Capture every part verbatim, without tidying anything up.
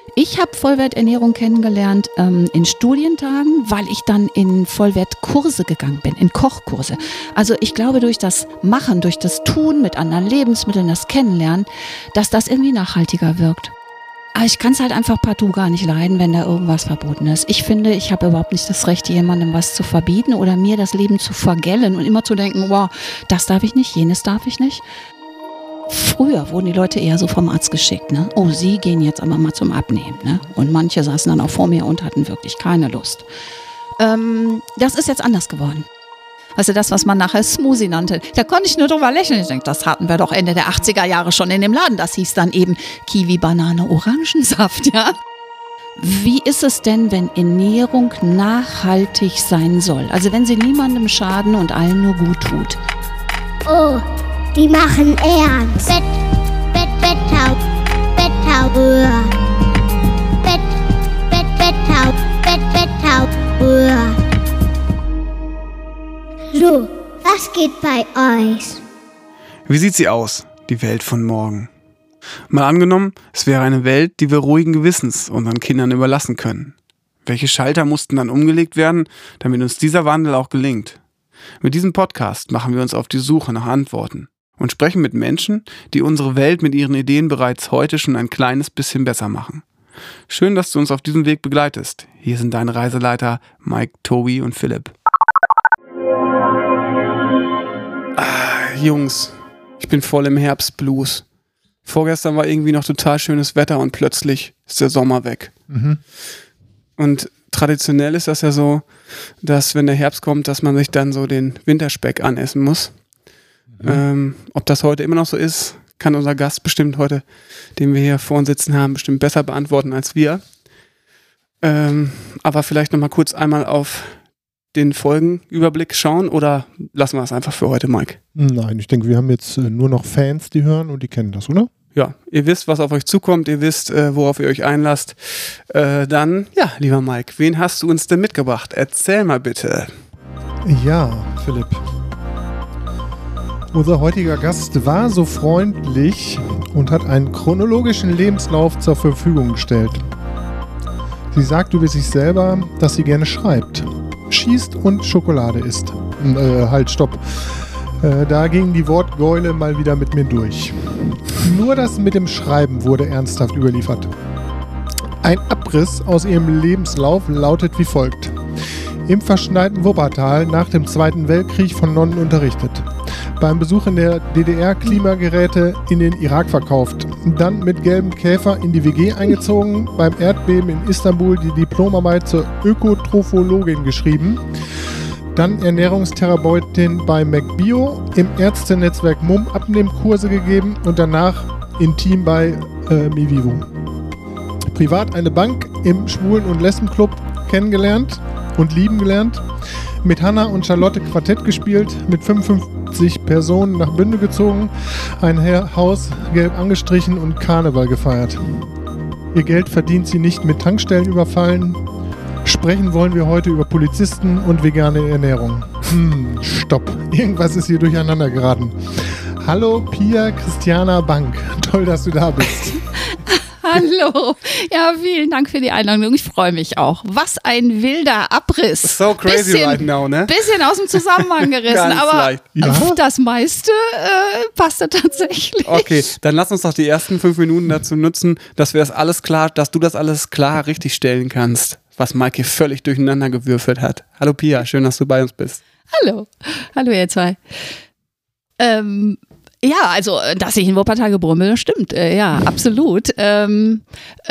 Ich habe Vollwerternährung kennengelernt ähm, in Studientagen, weil ich dann in Vollwertkurse gegangen bin, in Kochkurse. Also ich glaube, durch das Machen, durch das Tun mit anderen Lebensmitteln, das Kennenlernen, dass das irgendwie nachhaltiger wirkt. Aber ich kann es halt einfach partout gar nicht leiden, wenn da irgendwas verboten ist. Ich finde, ich habe überhaupt nicht das Recht, jemandem was zu verbieten oder mir das Leben zu vergällen und immer zu denken, wow, das darf ich nicht, jenes darf ich nicht. Früher wurden die Leute eher so vom Arzt geschickt, ne? Oh, Sie gehen jetzt aber mal zum Abnehmen, ne? Und manche saßen dann auch vor mir und hatten wirklich keine Lust. Ähm, das ist jetzt anders geworden. Also das, was man nachher Smoothie nannte, da konnte ich nur drüber lächeln. Ich denke, das hatten wir doch Ende der achtziger Jahre schon in dem Laden. Das hieß dann eben Kiwi, Banane, Orangensaft, ja? Wie ist es denn, wenn Ernährung nachhaltig sein soll? Also wenn sie niemandem schaden und allen nur gut tut. Oh, die machen ernst. Bett, Bett, Bettau, Bettau, Bett, Bett, Bettau, Bett, Bettau, So, was geht bei euch? Wie sieht sie aus, die Welt von morgen? Mal angenommen, es wäre eine Welt, die wir ruhigen Gewissens unseren Kindern überlassen können. Welche Schalter mussten dann umgelegt werden, damit uns dieser Wandel auch gelingt? Mit diesem Podcast machen wir uns auf die Suche nach Antworten und sprechen mit Menschen, die unsere Welt mit ihren Ideen bereits heute schon ein kleines bisschen besser machen. Schön, dass du uns auf diesem Weg begleitest. Hier sind deine Reiseleiter Mike, Tobi und Philipp. Ah, Jungs, ich bin voll im Herbstblues. Vorgestern war irgendwie noch total schönes Wetter und plötzlich ist der Sommer weg. Mhm. Und traditionell ist das ja so, dass wenn der Herbst kommt, dass man sich dann so den Winterspeck anessen muss. Mhm. Ähm, ob das heute immer noch so ist, kann unser Gast bestimmt heute, den wir hier vor uns sitzen haben, bestimmt besser beantworten als wir. Ähm, aber vielleicht nochmal kurz einmal auf den Folgenüberblick schauen oder lassen wir es einfach für heute, Mike? Nein, ich denke, wir haben jetzt äh, nur noch Fans, die hören und die kennen das, oder? Ja, ihr wisst, was auf euch zukommt, ihr wisst, äh, worauf ihr euch einlasst. Äh, dann, ja, lieber Mike, wen hast du uns denn mitgebracht? Erzähl mal bitte. Ja, Philipp. Unser heutiger Gast war so freundlich und hat einen chronologischen Lebenslauf zur Verfügung gestellt. Sie sagt über sich selber, dass sie gerne schreibt, schießt und Schokolade isst. Äh, halt, stopp. Äh, da ging die Wortgäule mal wieder mit mir durch. Nur das mit dem Schreiben wurde ernsthaft überliefert. Ein Abriss aus ihrem Lebenslauf lautet wie folgt. Im verschneiten Wuppertal nach dem Zweiten Weltkrieg von Nonnen unterrichtet. Beim Besuch in der D D R Klimageräte in den Irak verkauft. Dann mit gelbem Käfer in die W G eingezogen. Beim Erdbeben in Istanbul die Diplomarbeit zur Ökotrophologin geschrieben. Dann Ernährungstherapeutin bei McBio. Im Ärztenetzwerk Mumm Abnehmkurse gegeben. Und danach intim bei äh, Mivivo. Privat eine Bank im Schwulen- und Lesbenclub kennengelernt und lieben gelernt. Mit Hanna und Charlotte Quartett gespielt, mit fünfundfünfzig Personen nach Bünde gezogen, ein Haus gelb angestrichen und Karneval gefeiert. Ihr Geld verdient sie nicht mit Tankstellenüberfallen. Sprechen wollen wir heute über Polizisten und vegane Ernährung. Hm, stopp. Irgendwas ist hier durcheinander geraten. Hallo Pia Christiana Bank. Toll, dass du da bist. Hallo. Ja, vielen Dank für die Einladung. Ich freue mich auch. Was ein wilder Abriss. So crazy bisschen, right now, ne? Bisschen aus dem Zusammenhang gerissen, Ganz aber leicht. Ja. das meiste äh, passte tatsächlich. Okay, dann lass uns doch die ersten fünf Minuten dazu nutzen, dass wir das alles klar, dass du das alles klar richtig stellen kannst, was Mike hier völlig durcheinander gewürfelt hat. Hallo Pia, schön, dass du bei uns bist. Hallo. Hallo ihr zwei. Ähm, Ja, also, dass ich in Wuppertal geboren bin, das stimmt. Äh, ja, absolut. Ähm,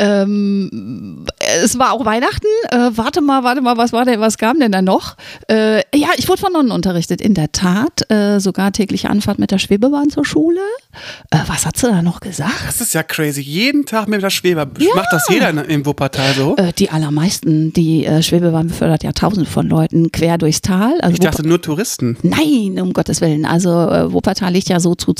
ähm, es war auch Weihnachten. Äh, warte mal, warte mal, was war denn, was kam denn da noch? Äh, ja, ich wurde von Nonnen unterrichtet, in der Tat. Äh, sogar tägliche Anfahrt mit der Schwebebahn zur Schule. Äh, was hat sie da noch gesagt? Das ist ja crazy. Jeden Tag mit der Schwebebahn. Ja. Macht das jeder in, in Wuppertal so? Äh, die allermeisten. Die äh, Schwebebahn befördert ja tausende von Leuten quer durchs Tal. Also Ich dachte nur Touristen. Nein, um Gottes Willen. Also äh, Wuppertal liegt ja so zu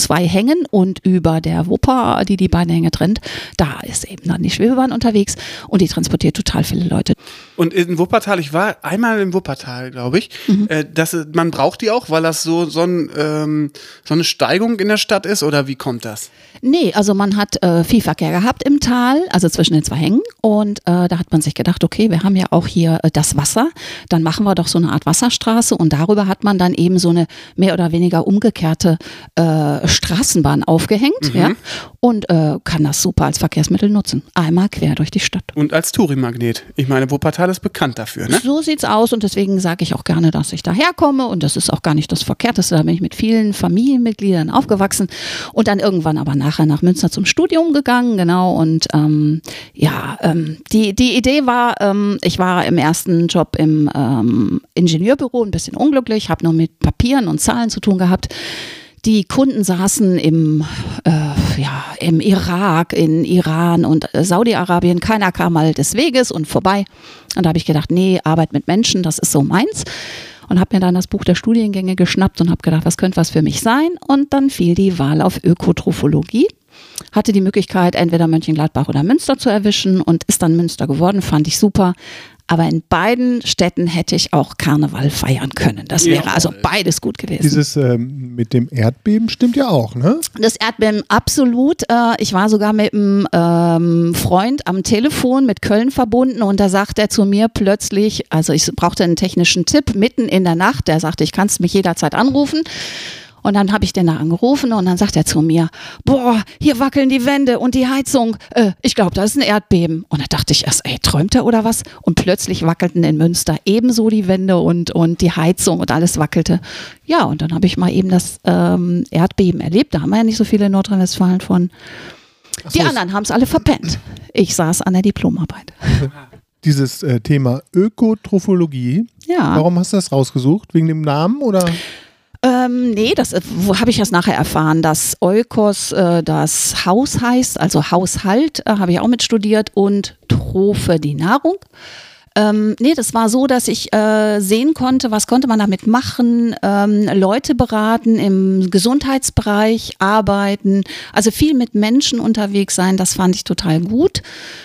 zwei Hängen und über der Wupper, die die beiden Hänge trennt, da ist eben dann die Schwebebahn unterwegs und die transportiert total viele Leute. Und in Wuppertal, ich war einmal in Wuppertal, glaube ich, Mhm. äh, das, man braucht die auch, weil das so, so, ein, ähm, so eine Steigung in der Stadt ist, oder wie kommt das? Nee, also man hat äh, viel Verkehr gehabt im Tal, also zwischen den zwei Hängen und äh, da hat man sich gedacht, okay, wir haben ja auch hier äh, das Wasser, dann machen wir doch so eine Art Wasserstraße und darüber hat man dann eben so eine mehr oder weniger umgekehrte äh, Straßenbahn aufgehängt, Mhm. ja, und äh, kann das super als Verkehrsmittel nutzen. Einmal quer durch die Stadt. Und als Touri-Magnet. Ich meine, Wuppertal ist bekannt dafür, ne? So sieht's aus und deswegen sage ich auch gerne, dass ich daherkomme und das ist auch gar nicht das Verkehrteste. Da bin ich mit vielen Familienmitgliedern aufgewachsen und dann irgendwann aber nachher nach Münster zum Studium gegangen, genau. Und ähm, ja, ähm, die, die Idee war, ähm, ich war im ersten Job im ähm, Ingenieurbüro ein bisschen unglücklich, habe nur mit Papieren und Zahlen zu tun gehabt. Die Kunden saßen im, äh, ja, im Irak, in Iran und äh, Saudi-Arabien. Keiner kam mal des Weges und vorbei. Und da habe ich gedacht, nee, Arbeit mit Menschen, das ist so meins. Und habe mir dann das Buch der Studiengänge geschnappt und habe gedacht, was könnte was für mich sein? Und dann fiel die Wahl auf Ökotrophologie. Hatte die Möglichkeit, entweder Mönchengladbach oder Münster zu erwischen und ist dann Münster geworden, fand ich super. Aber in beiden Städten hätte ich auch Karneval feiern können. Das wäre Ja. also beides gut gewesen. Dieses ähm, mit dem Erdbeben stimmt ja auch, ne? Das Erdbeben absolut. Äh, ich war sogar mit einem ähm, Freund am Telefon mit Köln verbunden und da sagt er zu mir plötzlich, also ich brauchte einen technischen Tipp mitten in der Nacht, der sagte, ich kannst mich jederzeit anrufen. Und dann habe ich den da angerufen und dann sagt er zu mir, boah, hier wackeln die Wände und die Heizung. Äh, ich glaube, da ist ein Erdbeben. Und da dachte ich erst, ey, träumt er oder was? Und plötzlich wackelten in Münster ebenso die Wände und, und die Heizung und alles wackelte. Ja, und dann habe ich mal eben das ähm, Erdbeben erlebt. Da haben wir ja nicht so viele in Nordrhein-Westfalen von. Ach so, Die anderen haben es alle verpennt. Ich saß an der Diplomarbeit. dieses äh, Thema Ökotrophologie, Ja. warum hast du das rausgesucht? Wegen dem Namen oder? Ähm, nee, das äh, wo habe ich erst nachher erfahren, dass Oikos äh, das Haus heißt, also Haushalt, äh, habe ich auch mit studiert und Trophe die Nahrung. Ähm, nee, das war so, dass ich äh, sehen konnte, was konnte man damit machen, ähm, Leute beraten, im Gesundheitsbereich arbeiten, also viel mit Menschen unterwegs sein, das fand ich total gut.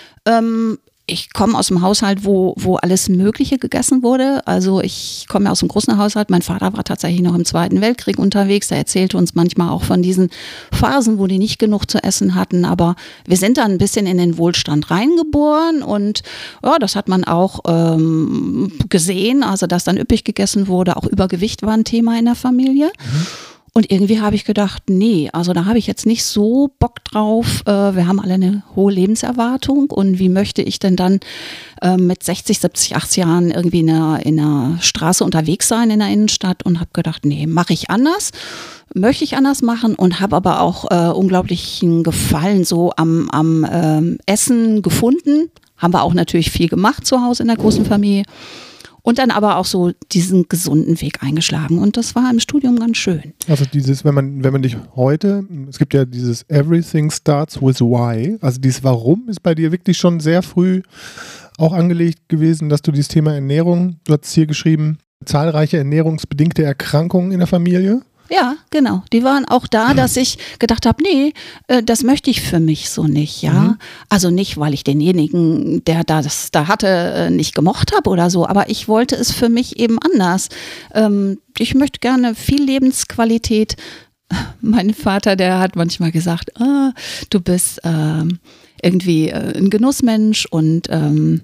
Ähm, Ich komme aus einem Haushalt, wo, wo alles Mögliche gegessen wurde. Also ich komme ja aus einem großen Haushalt. Mein Vater war tatsächlich noch im Zweiten Weltkrieg unterwegs. Er erzählte uns manchmal auch von diesen Phasen, wo die nicht genug zu essen hatten. Aber wir sind dann ein bisschen in den Wohlstand reingeboren und ja, das hat man auch ähm, gesehen. Also dass dann üppig gegessen wurde. Auch Übergewicht war ein Thema in der Familie. Mhm. Und irgendwie habe ich gedacht, nee, also da habe ich jetzt nicht so Bock drauf. Äh, wir haben alle eine hohe Lebenserwartung und wie möchte ich denn dann äh, mit sechzig, siebzig, achtzig Jahren irgendwie in einer, in einer Straße unterwegs sein, in der Innenstadt und habe gedacht, nee, mache ich anders, möchte ich anders machen und habe aber auch äh, unglaublichen Gefallen so am, am äh, Essen gefunden. Haben wir auch natürlich viel gemacht zu Hause in der großen Familie. Und dann aber auch so diesen gesunden Weg eingeschlagen. Und das war im Studium ganz schön. Also dieses, wenn man, wenn man dich heute, es gibt ja dieses Everything starts with why, also dieses Warum ist bei dir wirklich schon sehr früh auch angelegt gewesen, dass du dieses Thema Ernährung, du hast hier geschrieben, zahlreiche ernährungsbedingte Erkrankungen in der Familie. Ja, genau. Die waren auch da, dass ich gedacht habe, nee, äh, das möchte ich für mich so nicht, ja. Mhm. Also nicht, weil ich denjenigen, der das da hatte, äh, nicht gemocht habe oder so, aber ich wollte es für mich eben anders. Ähm, ich möchte gerne viel Lebensqualität. Mein Vater, der hat manchmal gesagt, ah, du bist ähm, irgendwie äh, ein Genussmensch und ähm,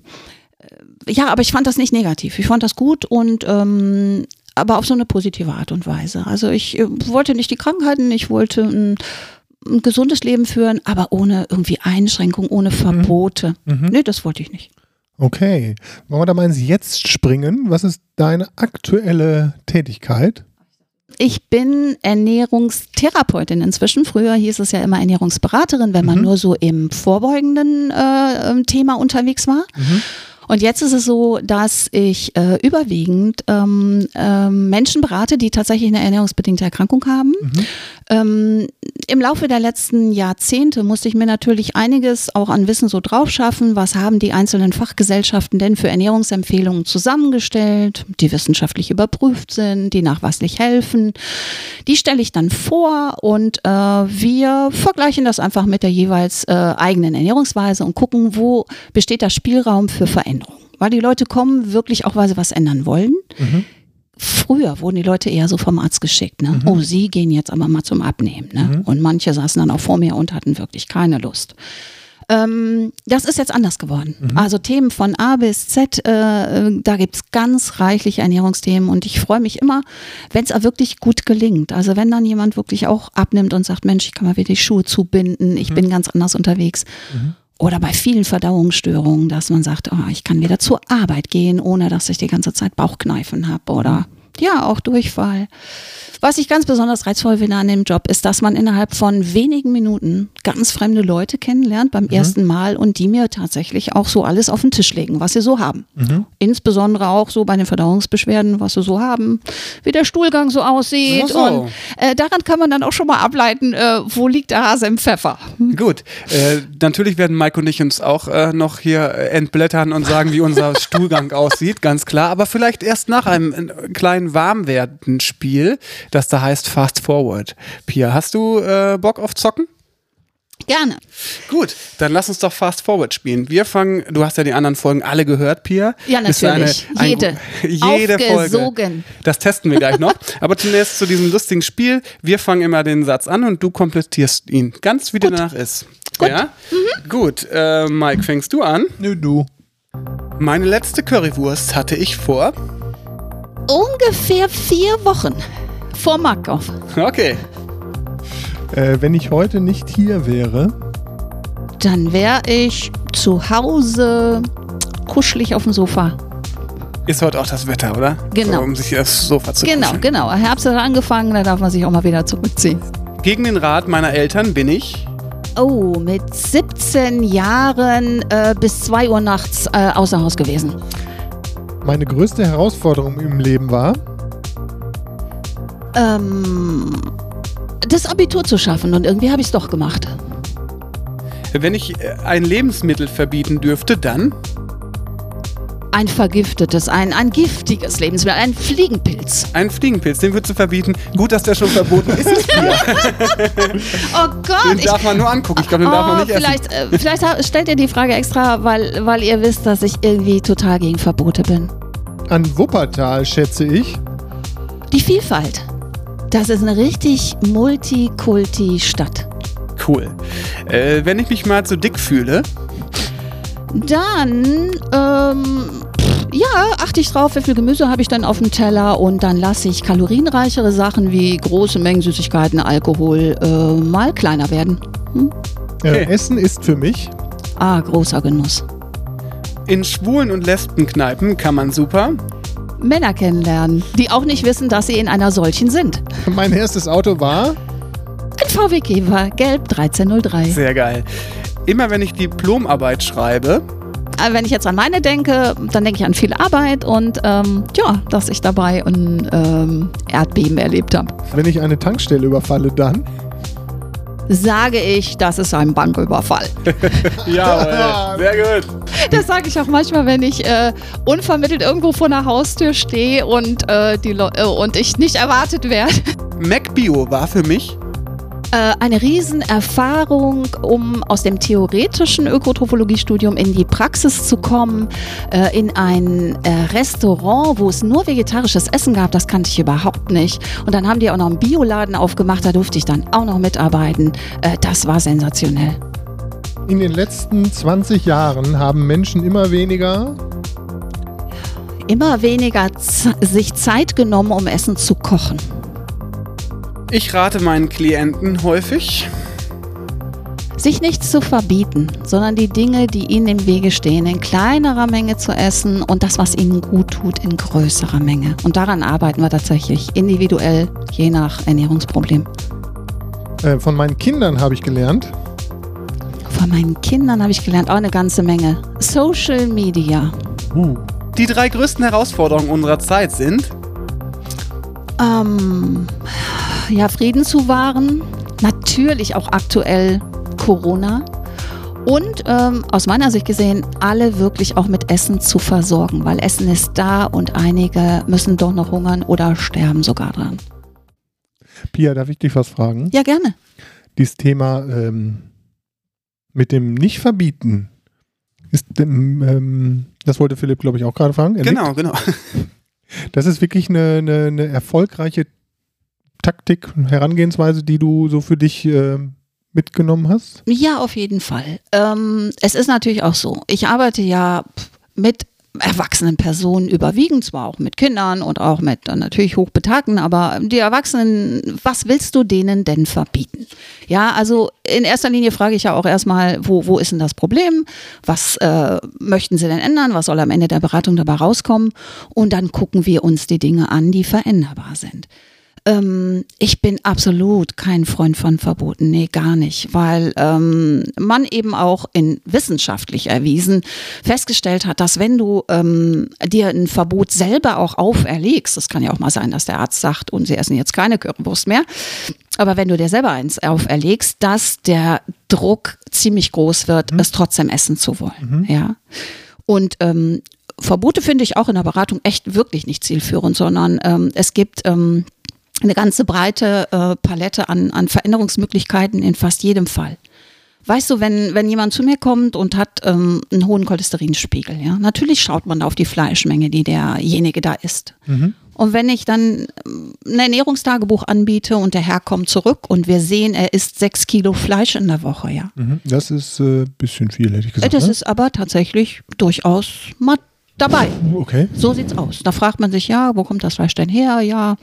ja, aber ich fand das nicht negativ. Ich fand das gut und ähm, aber auf so eine positive Art und Weise. Also ich äh, wollte nicht die Krankheiten, ich wollte ein, ein gesundes Leben führen, aber ohne irgendwie Einschränkung, ohne Verbote. Mhm. Nee, das wollte ich nicht. Okay. Wollen wir da mal ins Jetzt springen? Was ist deine aktuelle Tätigkeit? Ich bin Ernährungstherapeutin inzwischen. Früher hieß es ja immer Ernährungsberaterin, wenn man mhm. nur so im vorbeugenden äh, Thema unterwegs war. Mhm. Und jetzt ist es so, dass ich äh, überwiegend ähm, äh, Menschen berate, die tatsächlich eine ernährungsbedingte Erkrankung haben. Mhm. Ähm, im Laufe der letzten Jahrzehnte musste ich mir natürlich einiges auch an Wissen so drauf schaffen. Was haben die einzelnen Fachgesellschaften denn für Ernährungsempfehlungen zusammengestellt, die wissenschaftlich überprüft sind, die nachweislich helfen? Die stelle ich dann vor und äh, wir vergleichen das einfach mit der jeweils äh, eigenen Ernährungsweise und gucken, wo besteht der Spielraum für Veränderung. Weil die Leute kommen wirklich auch, weil sie was ändern wollen. Mhm. Früher wurden die Leute eher so vom Arzt geschickt. Ne? Mhm. Oh, sie gehen jetzt aber mal zum Abnehmen. Ne? Mhm. Und manche saßen dann auch vor mir und hatten wirklich keine Lust. Ähm, das ist jetzt anders geworden. Mhm. Also Themen von A bis Z, äh, da gibt es ganz reichliche Ernährungsthemen und ich freue mich immer, wenn es wirklich gut gelingt. Also wenn dann jemand wirklich auch abnimmt und sagt, Mensch, ich kann mal wieder die Schuhe zubinden, ich mhm. bin ganz anders unterwegs. Mhm. Oder bei vielen Verdauungsstörungen, dass man sagt, oh, ich kann wieder zur Arbeit gehen, ohne dass ich die ganze Zeit Bauchkneifen habe oder ja, auch Durchfall. Was ich ganz besonders reizvoll finde an dem Job, ist, dass man innerhalb von wenigen Minuten ganz fremde Leute kennenlernt beim mhm. ersten Mal und die mir tatsächlich auch so alles auf den Tisch legen, was sie so haben. Mhm. Insbesondere auch so bei den Verdauungsbeschwerden, was sie so haben, wie der Stuhlgang so aussieht. So. Und äh, daran kann man dann auch schon mal ableiten, äh, wo liegt der Hase im Pfeffer. Gut, äh, natürlich werden Mike und ich uns auch äh, noch hier entblättern und sagen, wie unser Stuhlgang aussieht, ganz klar. Aber vielleicht erst nach einem äh, kleinen Warmwerden-Spiel, das da heißt Fast Forward. Pia, hast du äh, Bock auf Zocken? Gerne. Gut, dann lass uns doch Fast Forward spielen. Wir fangen, du hast ja die anderen Folgen alle gehört, Pia. Ja, natürlich. Eine, ein, jede. Jede Aufgesogen. Folge. Das testen wir gleich noch. Aber zunächst zu diesem lustigen Spiel. Wir fangen immer den Satz an und du komplettierst ihn. Ganz wie der danach ist. Gut. Ja? Mhm. Gut, äh, Mike, fängst du an? Nö, du. Meine letzte Currywurst hatte ich vor ungefähr vier Wochen vor Markov. Okay. Äh, wenn ich heute nicht hier wäre, dann wäre ich zu Hause kuschelig auf dem Sofa. Ist heute auch das Wetter, oder? Genau. So, um sich aufs Sofa zu Genau, kuscheln. genau. Herbst hat angefangen, da darf man sich auch mal wieder zurückziehen. Gegen den Rat meiner Eltern bin ich Oh, mit siebzehn Jahren äh, bis zwei Uhr nachts äh, außer Haus gewesen. meine größte Herausforderung im Leben war, Ähm, das Abitur zu schaffen und irgendwie habe ich es doch gemacht. Wenn ich ein Lebensmittel verbieten dürfte, dann? Ein vergiftetes, ein, ein giftiges Lebensmittel, ein Fliegenpilz. Ein Fliegenpilz, den würdest du verbieten. Gut, dass der schon verboten ist. Oh Gott. Den darf man nur angucken. Ich glaube, den oh, darf man nicht vielleicht, essen. Äh, vielleicht ha- stellt ihr die Frage extra, weil, weil ihr wisst, dass ich irgendwie total gegen Verbote bin. an Wuppertal, schätze ich. Die Vielfalt. Das ist eine richtig Multikulti-Stadt. Cool. Äh, wenn ich mich mal zu dick fühle, Dann, ähm, ja, achte ich drauf, wie viel Gemüse habe ich dann auf dem Teller und dann lasse ich kalorienreichere Sachen wie große Mengen Süßigkeiten, Alkohol äh, mal kleiner werden. Hm? Okay. Äh, Essen ist für mich. Ah, großer Genuss. in Schwulen- und Lesbenkneipen kann man super. Männer kennenlernen, die auch nicht wissen, dass sie in einer solchen sind. Mein erstes Auto war. Ein V W Käfer, gelb dreizehn null drei. Sehr geil. Immer wenn ich Diplomarbeit schreibe, Aber wenn ich jetzt an meine denke, dann denke ich an viel Arbeit und ähm, ja, dass ich dabei ein ähm, Erdbeben erlebt habe. Wenn ich eine Tankstelle überfalle, dann. Sage ich, das ist ein Banküberfall. ja, sehr gut. Das sage ich auch manchmal, wenn ich äh, unvermittelt irgendwo vor einer Haustür stehe und, äh, die Le- äh, und ich nicht erwartet werde. MacBio war für mich Äh, eine Riesenerfahrung, um aus dem theoretischen Ökotrophologiestudium in die Praxis zu kommen, äh, in ein äh, Restaurant, wo es nur vegetarisches Essen gab, das kannte ich überhaupt nicht. Und dann haben die auch noch einen Bioladen aufgemacht, da durfte ich dann auch noch mitarbeiten. Äh, das war sensationell. In den letzten zwanzig Jahren haben Menschen immer weniger. Immer weniger Z- sich Zeit genommen, um Essen zu kochen. Ich rate meinen Klienten häufig. Sich nichts zu verbieten, sondern die Dinge, die ihnen im Wege stehen, in kleinerer Menge zu essen und das, was ihnen gut tut, in größerer Menge. Und daran arbeiten wir tatsächlich individuell, je nach Ernährungsproblem. Äh, von meinen Kindern habe ich gelernt. Von meinen Kindern habe ich gelernt auch eine ganze Menge. Social Media. Uh. Die drei größten Herausforderungen unserer Zeit sind... Ähm, ja, Frieden zu wahren, natürlich auch aktuell Corona und ähm, aus meiner Sicht gesehen, alle wirklich auch mit Essen zu versorgen, weil Essen ist da und einige müssen doch noch hungern oder sterben sogar dran. Pia, darf ich dich was fragen? Ja, gerne. Dieses Thema ähm, mit dem Nicht-Verbieten, ist, ähm, das wollte Philipp, glaube ich, auch gerade fragen. Er Genau, nickt. genau. Das ist wirklich eine, eine, eine erfolgreiche Taktik, Herangehensweise, die du so für dich äh, mitgenommen hast? Ja, auf jeden Fall. Ähm, es ist natürlich auch so, ich arbeite ja mit erwachsenen Personen überwiegend, zwar auch mit Kindern und auch mit äh, natürlich Hochbetagten, aber die Erwachsenen, was willst du denen denn verbieten? Ja, also in erster Linie frage ich ja auch erstmal, wo, wo ist denn das Problem? Was äh, möchten sie denn ändern? Was soll am Ende der Beratung dabei rauskommen? Und dann gucken wir uns die Dinge an, die veränderbar sind. Ähm, ich bin absolut kein Freund von Verboten, nee, gar nicht, weil ähm, man eben auch in wissenschaftlich erwiesen festgestellt hat, dass wenn du ähm, dir ein Verbot selber auch auferlegst, das kann ja auch mal sein, dass der Arzt sagt, und sie essen jetzt keine Currywurst mehr, aber wenn du dir selber eins auferlegst, dass der Druck ziemlich groß wird, mhm. es trotzdem essen zu wollen, mhm. ja. Und ähm, Verbote finde ich auch in der Beratung echt wirklich nicht zielführend, sondern ähm, es gibt ähm, eine ganze breite äh, Palette an, an Veränderungsmöglichkeiten in fast jedem Fall. Weißt du, wenn, wenn jemand zu mir kommt und hat ähm, einen hohen Cholesterinspiegel, ja, natürlich schaut man da auf die Fleischmenge, die derjenige da isst. Mhm. Und wenn ich dann ein Ernährungstagebuch anbiete und der Herr kommt zurück und wir sehen, er isst sechs Kilo Fleisch in der Woche, ja. Mhm. Das ist ein äh, bisschen viel, hätte ich gesagt. Das ne? ist aber tatsächlich durchaus mal dabei. Okay. So sieht's aus. Da fragt man sich, ja, wo kommt das Fleisch denn her? Ja,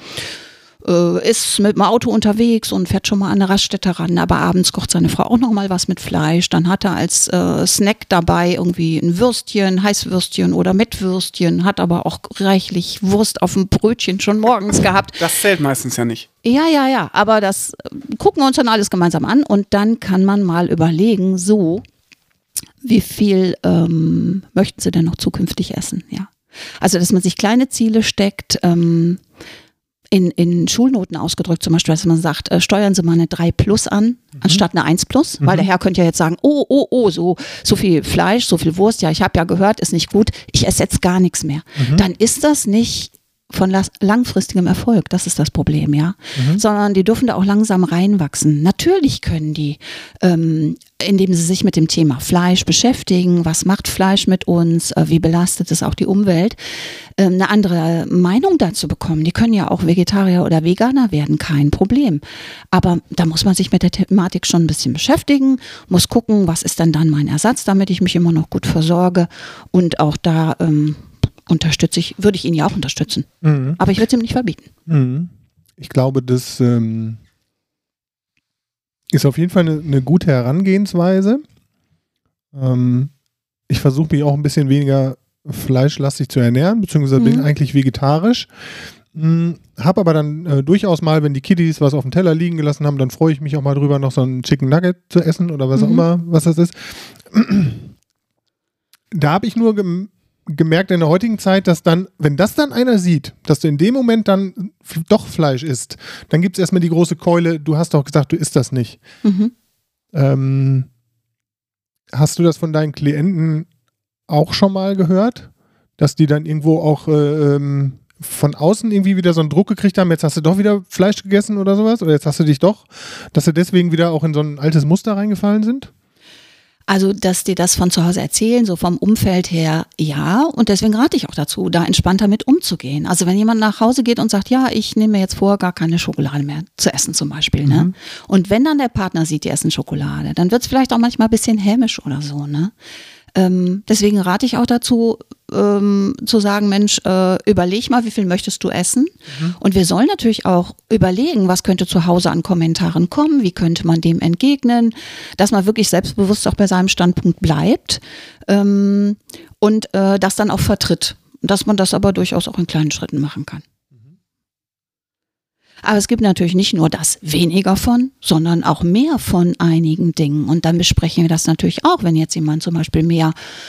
äh, ist mit dem Auto unterwegs und fährt schon mal an eine Raststätte ran, aber abends kocht seine Frau auch noch mal was mit Fleisch. Dann hat er als äh, Snack dabei irgendwie ein Würstchen, Heißwürstchen oder mit Würstchen, hat aber auch reichlich Wurst auf dem Brötchen schon morgens gehabt. Das zählt meistens ja nicht. Ja, ja, ja, aber das äh, gucken wir uns dann alles gemeinsam an und dann kann man mal überlegen, so, wie viel ähm, möchten Sie denn noch zukünftig essen? Ja. Also, dass man sich kleine Ziele steckt, ähm, in, in Schulnoten ausgedrückt zum Beispiel, dass man sagt, äh, steuern Sie mal eine drei plus an, mhm. anstatt eine eins plus, mhm. weil der Herr könnte ja jetzt sagen, oh, oh, oh, so, so viel Fleisch, so viel Wurst, ja, ich habe ja gehört, ist nicht gut, ich esse jetzt gar nichts mehr. Mhm. Dann ist das nicht von langfristigem Erfolg, das ist das Problem, ja. Mhm. Sondern die dürfen da auch langsam reinwachsen. Natürlich können die, ähm, indem sie sich mit dem Thema Fleisch beschäftigen, was macht Fleisch mit uns, äh, wie belastet es auch die Umwelt, äh, eine andere Meinung dazu bekommen. Die können ja auch Vegetarier oder Veganer werden, kein Problem. Aber da muss man sich mit der Thematik schon ein bisschen beschäftigen, muss gucken, was ist denn dann mein Ersatz, damit ich mich immer noch gut versorge und auch da ähm, unterstütze ich, würde ich ihn ja auch unterstützen. Mhm. Aber ich würde es ihm nicht verbieten. Mhm. Ich glaube, das ähm, ist auf jeden Fall eine, eine gute Herangehensweise. Ähm, ich versuche mich auch ein bisschen weniger fleischlastig zu ernähren, beziehungsweise mhm. bin eigentlich vegetarisch. Mhm. Habe aber dann äh, durchaus mal, wenn die Kiddies was auf dem Teller liegen gelassen haben, dann freue ich mich auch mal drüber, noch so ein Chicken Nugget zu essen oder was mhm. auch immer, was das ist. Da habe ich nur gem- gemerkt in der heutigen Zeit, dass dann, wenn das dann einer sieht, dass du in dem Moment dann f- doch Fleisch isst, dann gibt es erstmal die große Keule, du hast doch gesagt, du isst das nicht. Mhm. Ähm, hast du das von deinen Klienten auch schon mal gehört? Dass die dann irgendwo auch äh, ähm, von außen irgendwie wieder so einen Druck gekriegt haben, jetzt hast du doch wieder Fleisch gegessen oder sowas? Oder jetzt hast du dich doch, dass sie deswegen wieder auch in so ein altes Muster reingefallen sind? Also, dass die das von zu Hause erzählen, so vom Umfeld her, ja. Und deswegen rate ich auch dazu, da entspannter mit umzugehen. Also, wenn jemand nach Hause geht und sagt, ja, ich nehme mir jetzt vor, gar keine Schokolade mehr zu essen zum Beispiel, ne? Mhm. Und wenn dann der Partner sieht, die essen Schokolade, dann wird es vielleicht auch manchmal ein bisschen hämisch oder so, ne? Ähm, deswegen rate ich auch dazu, ähm, zu sagen, Mensch, äh, überleg mal, wie viel möchtest du essen? Mhm. Und wir sollen natürlich auch überlegen, was könnte zu Hause an Kommentaren kommen, wie könnte man dem entgegnen, dass man wirklich selbstbewusst auch bei seinem Standpunkt bleibt ähm, und äh, das dann auch vertritt. Dass man das aber durchaus auch in kleinen Schritten machen kann. Aber es gibt natürlich nicht nur das weniger von, sondern auch mehr von einigen Dingen. Und dann besprechen wir das natürlich auch, wenn jetzt jemand zum Beispiel mehr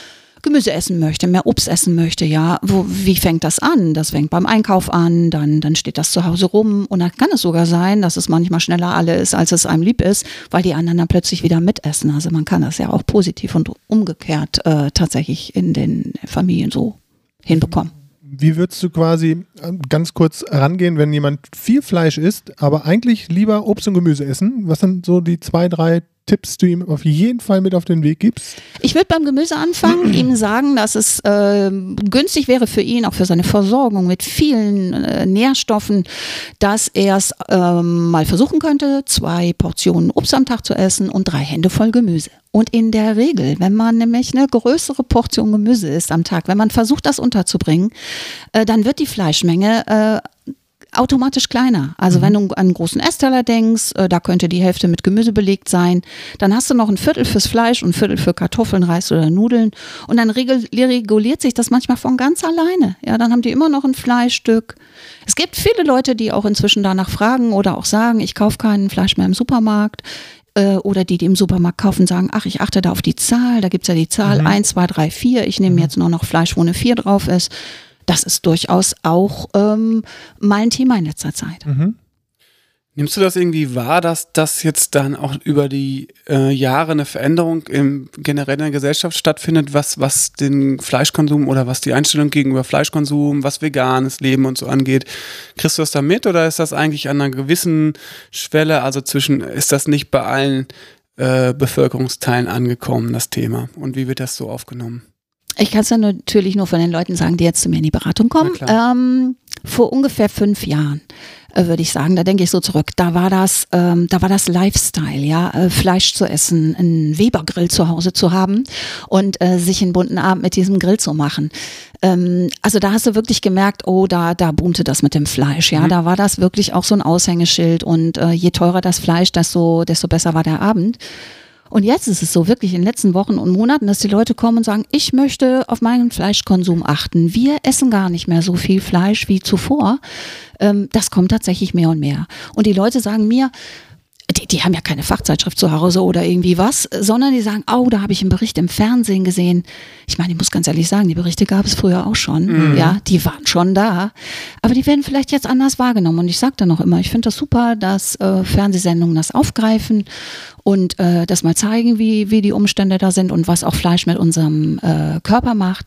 Gemüse essen möchte, mehr Obst essen möchte, ja, wo, wie fängt das an? Das fängt beim Einkauf an, dann, dann steht das zu Hause rum und dann kann es sogar sein, dass es manchmal schneller alle ist, als es einem lieb ist, weil die anderen dann plötzlich wieder mitessen. Also man kann das ja auch positiv und umgekehrt äh, tatsächlich in den Familien so hinbekommen. Wie würdest du quasi ganz kurz rangehen, wenn jemand viel Fleisch isst, aber eigentlich lieber Obst und Gemüse essen? Was sind so die zwei, drei Tipps, die du ihm auf jeden Fall mit auf den Weg gibst? Ich würde beim Gemüse anfangen, ihm sagen, dass es äh, günstig wäre für ihn, auch für seine Versorgung mit vielen äh, Nährstoffen, dass er es äh, mal versuchen könnte, zwei Portionen Obst am Tag zu essen und drei Hände voll Gemüse. Und in der Regel, wenn man nämlich eine größere Portion Gemüse isst am Tag, wenn man versucht, das unterzubringen, äh, dann wird die Fleischmenge äh, automatisch kleiner. Also mhm. wenn du an einen großen Essteller denkst, äh, da könnte die Hälfte mit Gemüse belegt sein, dann hast du noch ein Viertel fürs Fleisch und ein Viertel für Kartoffeln, Reis oder Nudeln und dann regul- reguliert sich das manchmal von ganz alleine. Ja, dann haben die immer noch ein Fleischstück. Es gibt viele Leute, die auch inzwischen danach fragen oder auch sagen, ich kaufe kein Fleisch mehr im Supermarkt. Äh, oder die, die im Supermarkt kaufen, sagen, ach, ich achte da auf die Zahl, da gibt es ja die Zahl mhm. eins, zwei, drei, vier, ich nehme mhm. jetzt nur noch Fleisch, wo eine vier drauf ist. Das ist durchaus auch ähm, mal ein Thema in letzter Zeit. Mhm. Nimmst du das irgendwie wahr, dass das jetzt dann auch über die äh, Jahre eine Veränderung im generell in der Gesellschaft stattfindet, was, was den Fleischkonsum oder was die Einstellung gegenüber Fleischkonsum, was veganes Leben und so angeht? Kriegst du das da mit oder ist das eigentlich an einer gewissen Schwelle, also zwischen, ist das nicht bei allen äh, Bevölkerungsteilen angekommen, das Thema? Und wie wird das so aufgenommen? Ich kann es ja natürlich nur von den Leuten sagen, die jetzt zu mir in die Beratung kommen. Ähm, vor ungefähr fünf Jahren äh, würde ich sagen, da denke ich so zurück, da war das, ähm, da war das Lifestyle, ja, äh, Fleisch zu essen, einen Weber-Grill zu Hause zu haben und äh, sich einen bunten Abend mit diesem Grill zu machen. Ähm, also da hast du wirklich gemerkt, oh, da, da boomte das mit dem Fleisch, ja, mhm. da war das wirklich auch so ein Aushängeschild und äh, je teurer das Fleisch, desto, desto besser war der Abend. Und jetzt ist es so wirklich in den letzten Wochen und Monaten, dass die Leute kommen und sagen, ich möchte auf meinen Fleischkonsum achten. Wir essen gar nicht mehr so viel Fleisch wie zuvor. Ähm, das kommt tatsächlich mehr und mehr. Und die Leute sagen mir, die, die haben ja keine Fachzeitschrift zu Hause oder irgendwie was, sondern die sagen, oh, da habe ich einen Bericht im Fernsehen gesehen. Ich meine, ich muss ganz ehrlich sagen, die Berichte gab es früher auch schon. Mhm. Ja, die waren schon da. Aber die werden vielleicht jetzt anders wahrgenommen. Und ich sage dann noch immer, ich finde das super, dass äh, Fernsehsendungen das aufgreifen und äh, das mal zeigen, wie, wie die Umstände da sind und was auch Fleisch mit unserem äh, Körper macht.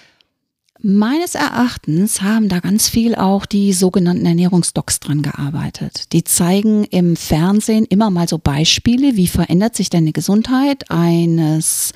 Meines Erachtens haben da ganz viel auch die sogenannten Ernährungsdocs dran gearbeitet. Die zeigen im Fernsehen immer mal so Beispiele, wie verändert sich denn die Gesundheit eines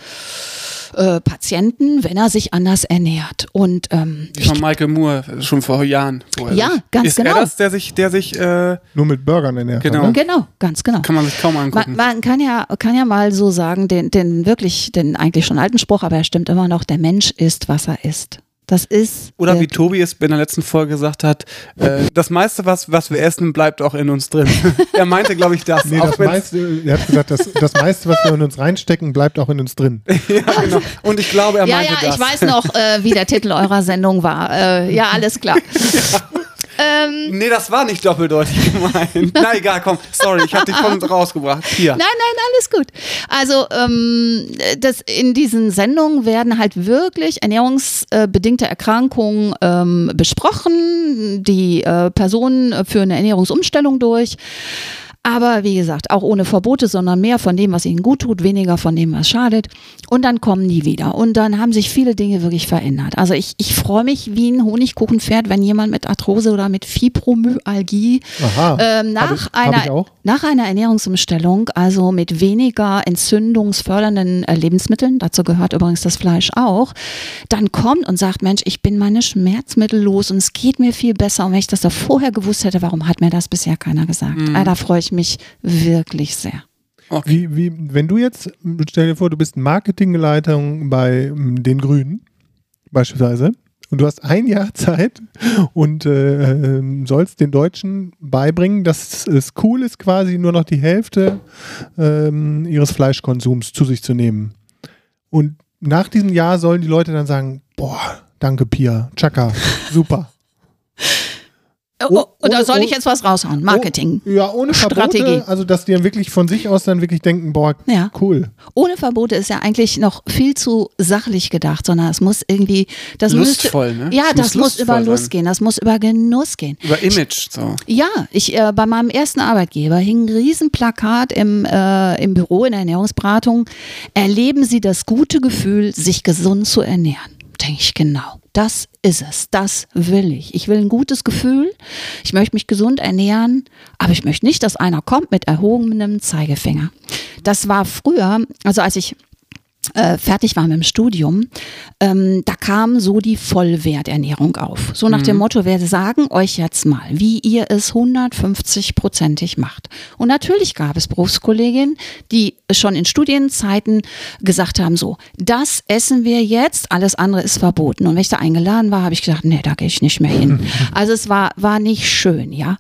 äh, Patienten, wenn er sich anders ernährt. Und ähm, wie von Michael Moore schon vor Jahren. Ja, sich, ganz ist genau. Ist er das, der sich, der sich äh, nur mit Burgern ernährt? Genau. Hat, ne? Genau, ganz genau. Kann man sich kaum angucken. Man, man kann ja, kann ja mal so sagen, den, den wirklich, den eigentlich schon alten Spruch, aber er stimmt immer noch: Der Mensch isst, was er isst. Das ist. Oder wie Tobi es in der letzten Folge gesagt hat, äh, das meiste, was, was wir essen, bleibt auch in uns drin. Er meinte, glaube ich, das. Nee, das meiste, er hat gesagt, das, das meiste, was wir in uns reinstecken, bleibt auch in uns drin. Ja, genau. Und ich glaube, er ja, meinte ja, das. Ja, ich weiß noch, äh, wie der Titel eurer Sendung war. Äh, ja, alles klar. Ja. Ähm, nee, das war nicht doppeldeutig gemeint. Na egal, komm, sorry, ich habe dich von uns rausgebracht. Hier. Nein, nein, alles gut. Also ähm, das, in diesen Sendungen werden halt wirklich ernährungsbedingte Erkrankungen ähm, besprochen. Die äh, Personen führen eine Ernährungsumstellung durch. Aber wie gesagt, auch ohne Verbote, sondern mehr von dem, was ihnen gut tut, weniger von dem, was schadet. Und dann kommen die wieder. Und dann haben sich viele Dinge wirklich verändert. Also ich, ich freue mich wie ein Honigkuchenpferd, wenn jemand mit Arthrose oder mit Fibromyalgie ähm, nach, hab ich, einer, nach einer Ernährungsumstellung, also mit weniger entzündungsfördernden äh, Lebensmitteln, dazu gehört übrigens das Fleisch auch, dann kommt und sagt, Mensch, ich bin meine Schmerzmittel los und es geht mir viel besser. Und wenn ich das da vorher gewusst hätte, warum hat mir das bisher keiner gesagt? Mhm. Äh, da freue ich mich mich wirklich sehr. Okay. Wie, wie, wenn du jetzt, stell dir vor, du bist Marketingleitung bei den Grünen beispielsweise und du hast ein Jahr Zeit und äh, sollst den Deutschen beibringen, dass es cool ist, quasi nur noch die Hälfte äh, ihres Fleischkonsums zu sich zu nehmen. Und nach diesem Jahr sollen die Leute dann sagen, boah, danke Pia, Chaka, super. Oh, oder soll ich jetzt was raushauen? Marketing. Oh, ja, ohne Verbote, Strategie. Also dass die dann wirklich von sich aus dann wirklich denken, boah, ja. cool. Ohne Verbote ist ja eigentlich noch viel zu sachlich gedacht, sondern es muss irgendwie, das lustvoll, müsste, ne? Ja, das das muss, muss über Lust sein. gehen, das muss über Genuss gehen. Über Image, so. Ja, ich äh, bei meinem ersten Arbeitgeber hing ein Riesenplakat im, äh, im Büro in der Ernährungsberatung. Erleben Sie das gute Gefühl, sich gesund zu ernähren. Denke ich, genau. Das ist es, das will ich. Ich will ein gutes Gefühl, ich möchte mich gesund ernähren, aber ich möchte nicht, dass einer kommt mit erhobenem Zeigefinger. Das war früher, also als ich äh, fertig war mit dem Studium, ähm, da kam so die Vollwerternährung auf. So nach mhm. dem Motto, wir sagen euch jetzt mal, wie ihr es hundertfünfzig-prozentig macht. Und natürlich gab es Berufskolleginnen, die schon in Studienzeiten gesagt haben, so, das essen wir jetzt, alles andere ist verboten. Und wenn ich da eingeladen war, habe ich gesagt, nee, da gehe ich nicht mehr hin. Also es war, war nicht schön, ja.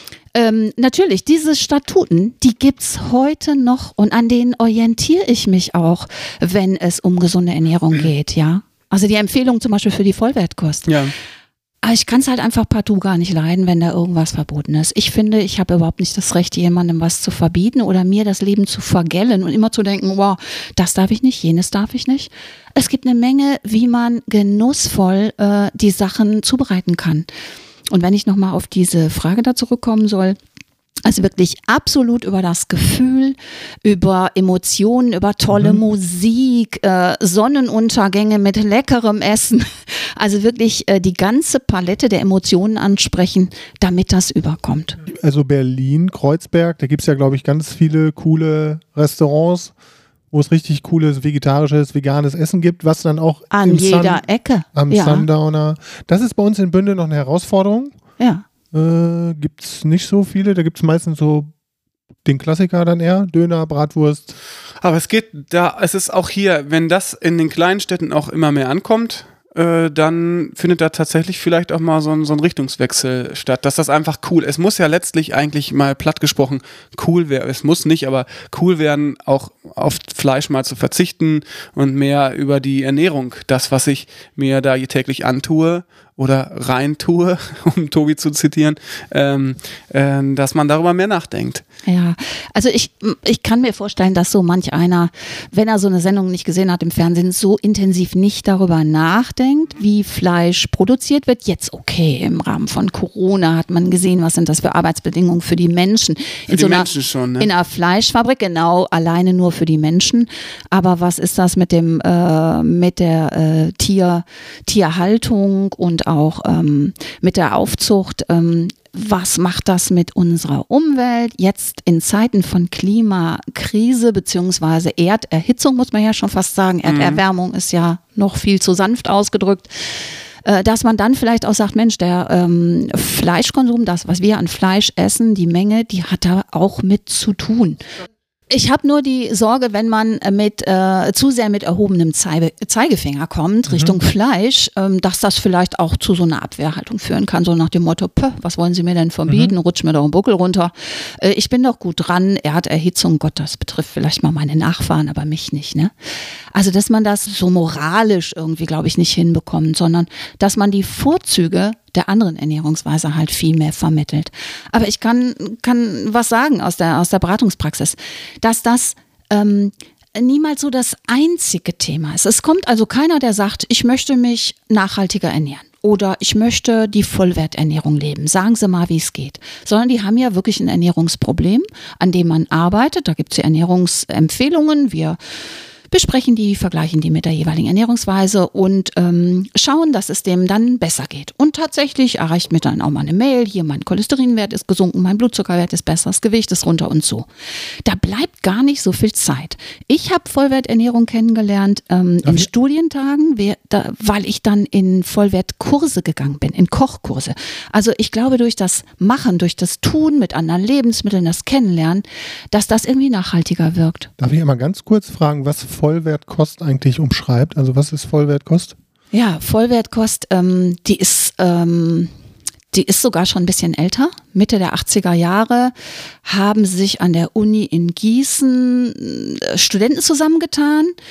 Ähm, natürlich, diese Statuten, die gibt's heute noch und an denen orientiere ich mich auch, wenn es um gesunde Ernährung geht, ja. Also die Empfehlung zum Beispiel für die Vollwertkost. Ja. Aber ich kann es halt einfach partout gar nicht leiden, wenn da irgendwas verboten ist. Ich finde, ich habe überhaupt nicht das Recht, jemandem was zu verbieten oder mir das Leben zu vergällen und immer zu denken, wow, das darf ich nicht, jenes darf ich nicht. Es gibt eine Menge, wie man genussvoll äh, die Sachen zubereiten kann. Und wenn ich nochmal auf diese Frage da zurückkommen soll, also wirklich absolut über das Gefühl, über Emotionen, über tolle mhm. Musik, äh, Sonnenuntergänge mit leckerem Essen. Also wirklich äh, die ganze Palette der Emotionen ansprechen, damit das überkommt. Also Berlin, Kreuzberg, da gibt es ja, glaube ich, ganz viele coole Restaurants, wo es richtig cooles vegetarisches, veganes Essen gibt, was dann auch an jeder Sun, Ecke am ja. Sundowner. Das ist bei uns in Bünde noch eine Herausforderung. Ja. Äh, gibt es nicht so viele, da gibt es meistens so den Klassiker dann eher, Döner, Bratwurst. Aber es geht da, es ist auch hier, wenn das in den kleinen Städten auch immer mehr ankommt, äh, dann findet da tatsächlich vielleicht auch mal so ein, so ein Richtungswechsel statt, dass das einfach cool, es muss ja letztlich eigentlich mal platt gesprochen cool werden, es muss nicht, aber cool werden, auch auf Fleisch mal zu verzichten und mehr über die Ernährung, das, was ich mir da täglich antue oder reintue, um Tobi zu zitieren, ähm, äh, dass man darüber mehr nachdenkt. Ja, also ich, ich kann mir vorstellen, dass so manch einer, wenn er so eine Sendung nicht gesehen hat im Fernsehen, so intensiv nicht darüber nachdenkt, wie Fleisch produziert wird. Jetzt okay, im Rahmen von Corona hat man gesehen, was sind das für Arbeitsbedingungen für die Menschen. Für in die so einer, Menschen schon, ne? In einer Fleischfabrik, genau, alleine nur für die Menschen. Aber was ist das mit dem, äh, mit der äh, Tier, Tierhaltung und auch ähm, mit der Aufzucht? Ähm, Was macht das mit unserer Umwelt? Jetzt in Zeiten von Klimakrise beziehungsweise Erderhitzung, muss man ja schon fast sagen. Erderwärmung ist ja noch viel zu sanft ausgedrückt. Äh, dass man dann vielleicht auch sagt, Mensch, der ähm, Fleischkonsum, das, was wir an Fleisch essen, die Menge, die hat da auch mit zu tun. Ich habe nur die Sorge, wenn man mit äh, zu sehr mit erhobenem Zeige, Zeigefinger kommt, mhm. Richtung Fleisch, ähm, dass das vielleicht auch zu so einer Abwehrhaltung führen kann, so nach dem Motto, Pö, was wollen Sie mir denn verbieten, mhm. rutsch mir doch einen Buckel runter. Äh, ich bin doch gut dran, Erderhitzung, Gott, das betrifft vielleicht mal meine Nachfahren, aber mich nicht, ne? Also, dass man das so moralisch irgendwie, glaube ich, nicht hinbekommt, sondern dass man die Vorzüge der anderen Ernährungsweise halt viel mehr vermittelt. Aber ich kann, kann was sagen aus der, aus der Beratungspraxis, dass das ähm, niemals so das einzige Thema ist. Es kommt also keiner, der sagt, ich möchte mich nachhaltiger ernähren oder ich möchte die Vollwerternährung leben. Sagen Sie mal, wie es geht. Sondern die haben ja wirklich ein Ernährungsproblem, an dem man arbeitet. Da gibt es ja Ernährungsempfehlungen. Wir besprechen die, vergleichen die mit der jeweiligen Ernährungsweise und ähm, schauen, dass es dem dann besser geht. Und tatsächlich erreicht mir dann auch mal eine Mail, hier mein Cholesterinwert ist gesunken, mein Blutzuckerwert ist besser, das Gewicht ist runter und so. Da bleibt gar nicht so viel Zeit. Ich habe Vollwerternährung kennengelernt ähm, in Studientagen, wer, da, weil ich dann in Vollwertkurse gegangen bin, in Kochkurse. Also ich glaube, durch das Machen, durch das Tun mit anderen Lebensmitteln, das Kennenlernen, dass das irgendwie nachhaltiger wirkt. Darf ich einmal ganz kurz fragen, was Vollwertkost eigentlich umschreibt? Also was ist Vollwertkost? Ja, Vollwertkost, ähm, die ist, ähm, die ist sogar schon ein bisschen älter. Mitte der achtziger Jahre haben sich an der Uni in Gießen Studenten zusammengetan,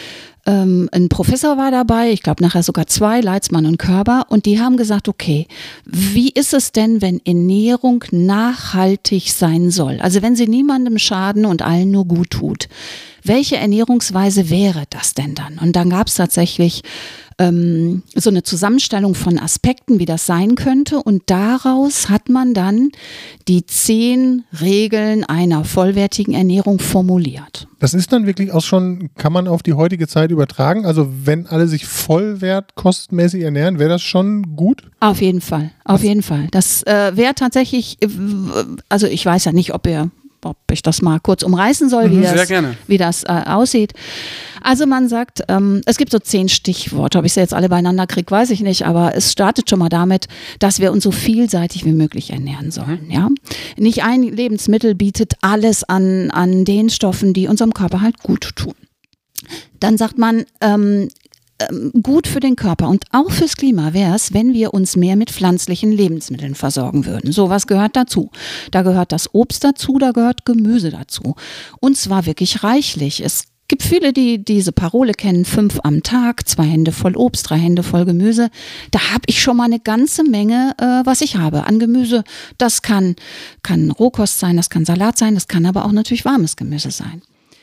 ähm, ein Professor war dabei, ich glaube nachher sogar zwei, Leitzmann und Körber, und die haben gesagt, okay, wie ist es denn, wenn Ernährung nachhaltig sein soll? Also wenn sie niemandem schaden und allen nur gut tut. Welche Ernährungsweise wäre das denn dann? Und dann gab es tatsächlich ähm, so eine Zusammenstellung von Aspekten, wie das sein könnte. Und daraus hat man dann die zehn Regeln einer vollwertigen Ernährung formuliert. Das ist dann wirklich auch schon, kann man auf die heutige Zeit übertragen? Also wenn alle sich vollwertkostmäßig ernähren, wäre das schon gut? Auf jeden Fall, auf jeden Fall. Das äh, wäre tatsächlich, äh, also ich weiß ja nicht, ob ihr ob ich das mal kurz umreißen soll, wie Mhm, das, sehr gerne. wie das äh, aussieht. Also man sagt, ähm, es gibt so zehn Stichworte, ob ich sie jetzt alle beieinander kriege, weiß ich nicht, aber es startet schon mal damit, dass wir uns so vielseitig wie möglich ernähren sollen. Mhm. Ja? Nicht ein Lebensmittel bietet alles an, an den Stoffen, die unserem Körper halt gut tun. Dann sagt man, ähm, gut für den Körper und auch fürs Klima wäre es, wenn wir uns mehr mit pflanzlichen Lebensmitteln versorgen würden. So, was gehört dazu? Da gehört das Obst dazu, da gehört Gemüse dazu. Und zwar wirklich reichlich. Es gibt viele, die diese Parole kennen, fünf am Tag, zwei Hände voll Obst, drei Hände voll Gemüse. Da habe ich schon mal eine ganze Menge, äh, was ich habe an Gemüse. Das kann, kann Rohkost sein, das kann Salat sein, das kann aber auch natürlich warmes Gemüse sein.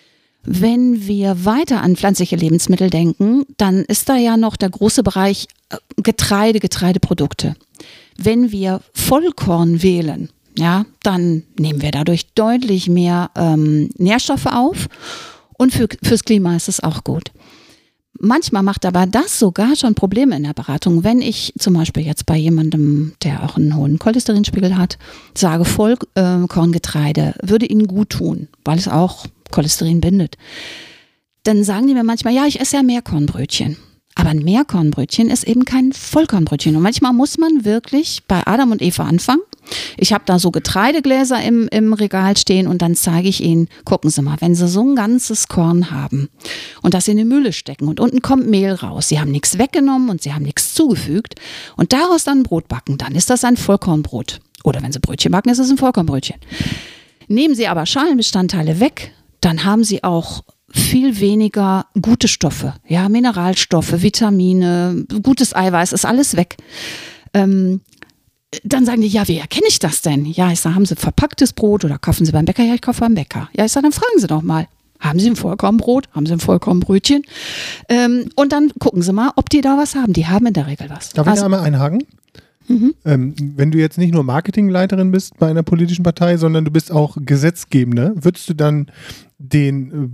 Wenn wir weiter an pflanzliche Lebensmittel denken, dann ist da ja noch der große Bereich Getreide, Getreideprodukte. Wenn wir Vollkorn wählen, ja, dann nehmen wir dadurch deutlich mehr ähm, Nährstoffe auf und für, fürs Klima ist es auch gut. Manchmal macht aber das sogar schon Probleme in der Beratung. Wenn ich zum Beispiel jetzt bei jemandem, der auch einen hohen Cholesterinspiegel hat, sage, Vollkorngetreide würde ihnen gut tun, weil es auch Cholesterin bindet, dann sagen die mir manchmal, ja, ich esse ja Meerkornbrötchen. Aber ein Meerkornbrötchen ist eben kein Vollkornbrötchen. Und manchmal muss man wirklich bei Adam und Eva anfangen. Ich habe da so Getreidegläser im, im Regal stehen und dann zeige ich ihnen, gucken Sie mal, wenn Sie so ein ganzes Korn haben und das in die Mühle stecken und unten kommt Mehl raus, Sie haben nichts weggenommen und Sie haben nichts zugefügt und daraus dann ein Brot backen, dann ist das ein Vollkornbrot. Oder wenn Sie Brötchen backen, ist es ein Vollkornbrötchen. Nehmen Sie aber Schalenbestandteile weg, dann haben Sie auch viel weniger gute Stoffe, ja, Mineralstoffe, Vitamine, gutes Eiweiß, ist alles weg. Ähm, dann sagen die, ja, wie erkenne ich das denn? Ja, ich sage, haben Sie verpacktes Brot oder kaufen Sie beim Bäcker? Ja, ich kaufe beim Bäcker. Ja, ich sage, dann fragen Sie doch mal. Haben Sie ein Vollkornbrot? Haben Sie ein Vollkornbrötchen? Ähm, und dann gucken Sie mal, ob die da was haben. Die haben in der Regel was. Darf also, ich da einmal einhaken? Mhm. Ähm, wenn du jetzt nicht nur Marketingleiterin bist bei einer politischen Partei, sondern du bist auch Gesetzgebende, würdest du dann den äh,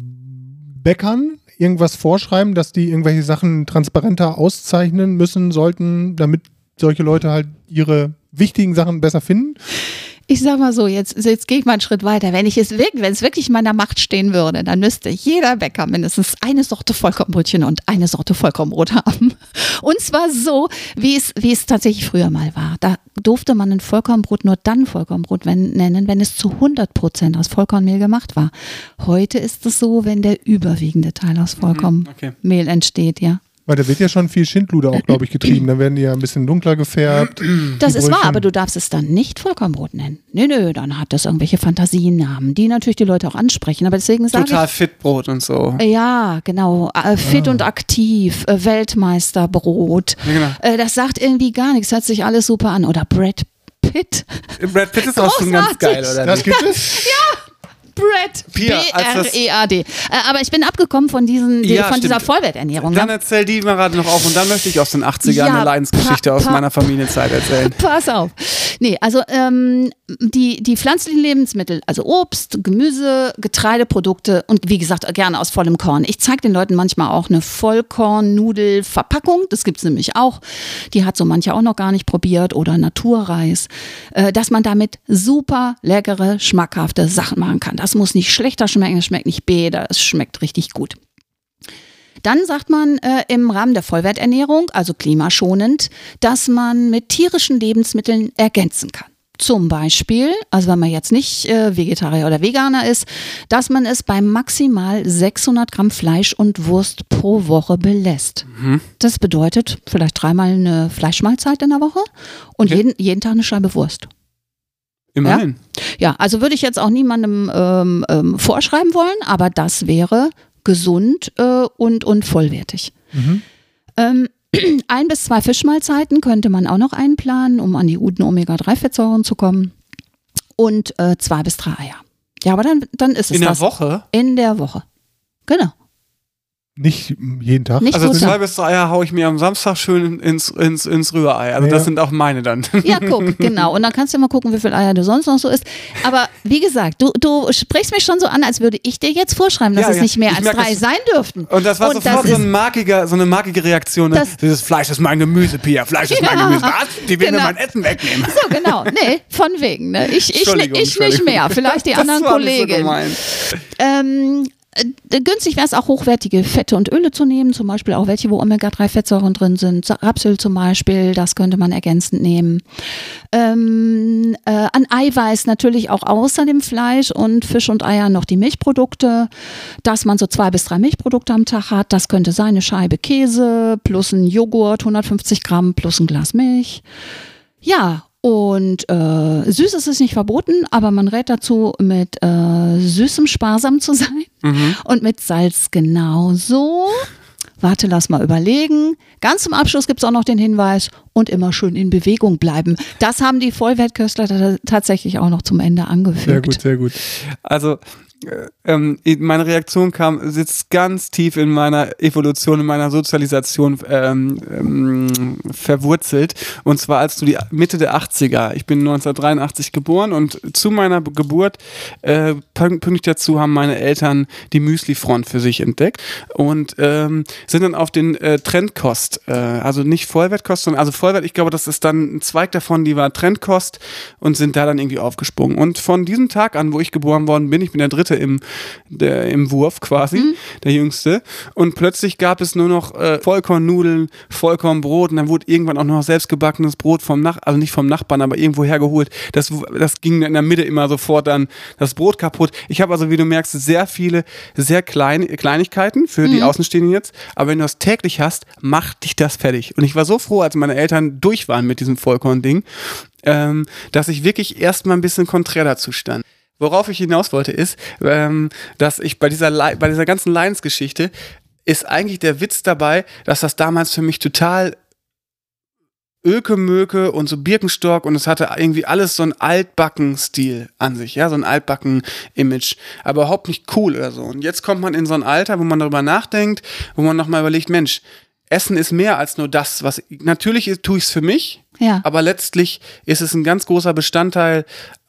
Bäckern irgendwas vorschreiben, dass die irgendwelche Sachen transparenter auszeichnen müssen, sollten, damit solche Leute halt ihre wichtigen Sachen besser finden? Ich sag mal so, jetzt, jetzt gehe ich mal einen Schritt weiter. Wenn ich es wirklich, wenn es wirklich in meiner Macht stehen würde, dann müsste jeder Bäcker mindestens eine Sorte Vollkornbrötchen und eine Sorte Vollkornbrot haben. Und zwar so, wie es, wie es tatsächlich früher mal war. Da durfte man ein Vollkornbrot nur dann Vollkornbrot wenn, nennen, wenn es zu hundert Prozent aus Vollkornmehl gemacht war. Heute ist es so, wenn der überwiegende Teil aus Vollkornmehl okay. entsteht, ja. Weil da wird ja schon viel Schindluder auch, glaube ich, getrieben. Dann werden die ja ein bisschen dunkler gefärbt. Das ist wahr, aber du darfst es dann nicht Vollkornbrot nennen. Nö, nö, dann hat das irgendwelche Fantasienamen, die natürlich die Leute auch ansprechen. Aber deswegen sage Total ich, Fitbrot und so. Ja, genau. Äh, fit ah. und aktiv, äh, Weltmeisterbrot. Ja, genau. äh, das sagt irgendwie gar nichts, hört sich alles super an. Oder Brad Pitt. Brad Pitt ist auch schon ganz geil, oder? Das gibt es? Ja. Brad, B R E A D. Aber ich bin abgekommen von, diesen, ja, von dieser Vollwerternährung. Dann erzähl die mal gerade noch auf und dann möchte ich aus den achtzigern ja, eine Leidensgeschichte pa, pa, aus meiner Familienzeit erzählen. Pass auf. Nee, also ähm, die, die pflanzlichen Lebensmittel, also Obst, Gemüse, Getreideprodukte und wie gesagt, gerne aus vollem Korn. Ich zeige den Leuten manchmal auch eine Vollkorn-Nudel-Verpackung, das gibt es nämlich auch. Die hat so mancher auch noch gar nicht probiert oder Naturreis, äh, dass man damit super leckere, schmackhafte Sachen machen kann. Das muss nicht schlechter schmecken, es schmeckt nicht B, das schmeckt richtig gut. Dann sagt man äh, im Rahmen der Vollwerternährung, also klimaschonend, dass man mit tierischen Lebensmitteln ergänzen kann. Zum Beispiel, also wenn man jetzt nicht äh, Vegetarier oder Veganer ist, dass man es bei maximal sechshundert Gramm Fleisch und Wurst pro Woche belässt. Mhm. Das bedeutet vielleicht dreimal eine Fleischmahlzeit in der Woche und okay. jeden, jeden Tag eine Scheibe Wurst. Immerhin. Ja? Ja, also würde ich jetzt auch niemandem ähm, ähm, vorschreiben wollen, aber das wäre gesund äh, und, und vollwertig. Mhm. Ähm, ein bis zwei Fischmahlzeiten könnte man auch noch einplanen, um an die guten Omega drei Fettsäuren zu kommen. Und äh, zwei bis drei Eier. Ja, aber dann, dann ist es In der das. Woche? In der Woche. Genau. Nicht jeden Tag. Nicht Also Butter. zwei bis drei Eier haue ich mir am Samstag schön ins, ins, ins Rührei. Also Ja. das sind auch meine dann. Ja, guck, genau. Und dann kannst du mal gucken, wie viel Eier du sonst noch so isst. Aber wie gesagt, du, du sprichst mich schon so an, als würde ich dir jetzt vorschreiben, dass Ja, es ja. nicht mehr Ich als merk, drei das- sein dürften. Und das war Und sofort das so, ist- ein markiger, so eine markige Reaktion. Ne? Das- Dieses Fleisch ist mein Gemüse, Pia. Fleisch ist mein Ja. Gemüse. Was? Die will mir Genau. mein Essen wegnehmen. So, genau. Nee, von wegen. Ne? Ich, ich, Entschuldigung, ich nicht Entschuldigung. mehr. Vielleicht die Das anderen war nicht so Kollegen. gemeint. Ähm, äh, günstig wäre es auch, hochwertige Fette und Öle zu nehmen, zum Beispiel auch welche, wo Omega drei Fettsäuren drin sind. Rapsöl zum Beispiel, das könnte man ergänzend nehmen. Ähm, äh, an Eiweiß natürlich auch außer dem Fleisch und Fisch und Eier noch die Milchprodukte, dass man so zwei bis drei Milchprodukte am Tag hat. Das könnte sein eine Scheibe Käse plus ein Joghurt, hundertfünfzig Gramm plus ein Glas Milch. Ja, und äh, süß ist es nicht verboten, aber man rät dazu, mit äh, Süßem sparsam zu sein und mit Salz genauso. Warte, lass mal überlegen. Ganz zum Abschluss gibt es auch noch den Hinweis, und immer schön in Bewegung bleiben. Das haben die Vollwertköstler t- tatsächlich auch noch zum Ende angefügt. Sehr gut, sehr gut. Also äh, ähm, meine Reaktion kam, sitzt ganz tief in meiner Evolution, in meiner Sozialisation ähm, ähm, verwurzelt. Und zwar als du die Mitte der achtziger, ich bin neunzehnhundertdreiundachtzig geboren und zu meiner Be- Geburt, äh, pünkt- pünktlich dazu haben meine Eltern die Müsli-Front für sich entdeckt und ähm, sind dann auf den äh, Trendkost, äh, also nicht Vollwertkost, sondern also Vollwert, ich glaube, das ist dann ein Zweig davon, die war Trendkost und sind da dann irgendwie aufgesprungen. Und von diesem Tag an, wo ich geboren worden bin, ich bin der Dritte im, der, im Wurf quasi, mhm. der Jüngste, und plötzlich gab es nur noch äh, Vollkornnudeln, Vollkornbrot und dann wurde irgendwann auch noch selbstgebackenes Brot vom Nach, also nicht vom Nachbarn, aber irgendwo hergeholt. Das, das ging in der Mitte immer sofort dann das Brot kaputt. Ich habe also, wie du merkst, sehr viele, sehr kleine Kleinigkeiten für die Mhm. Außenstehenden jetzt, aber wenn du das täglich hast, macht dich das fertig. Und ich war so froh, als meine Eltern durch waren mit diesem Vollkorn-Ding, ähm, dass ich wirklich erstmal ein bisschen konträr dazu stand. Worauf ich hinaus wollte, ist, ähm, dass ich bei dieser, Le- bei dieser ganzen Leidensgeschichte ist eigentlich der Witz dabei, dass das damals für mich total Öke-Möke und so Birkenstock und es hatte irgendwie alles so einen Altbacken-Stil an sich, ja, so ein Altbacken-Image, aber überhaupt nicht cool oder so. Und jetzt kommt man in so ein Alter, wo man darüber nachdenkt, wo man nochmal überlegt, Mensch, Essen ist mehr als nur das, was, natürlich ist, tue ich es für mich, Ja. aber letztlich ist es ein ganz großer Bestandteil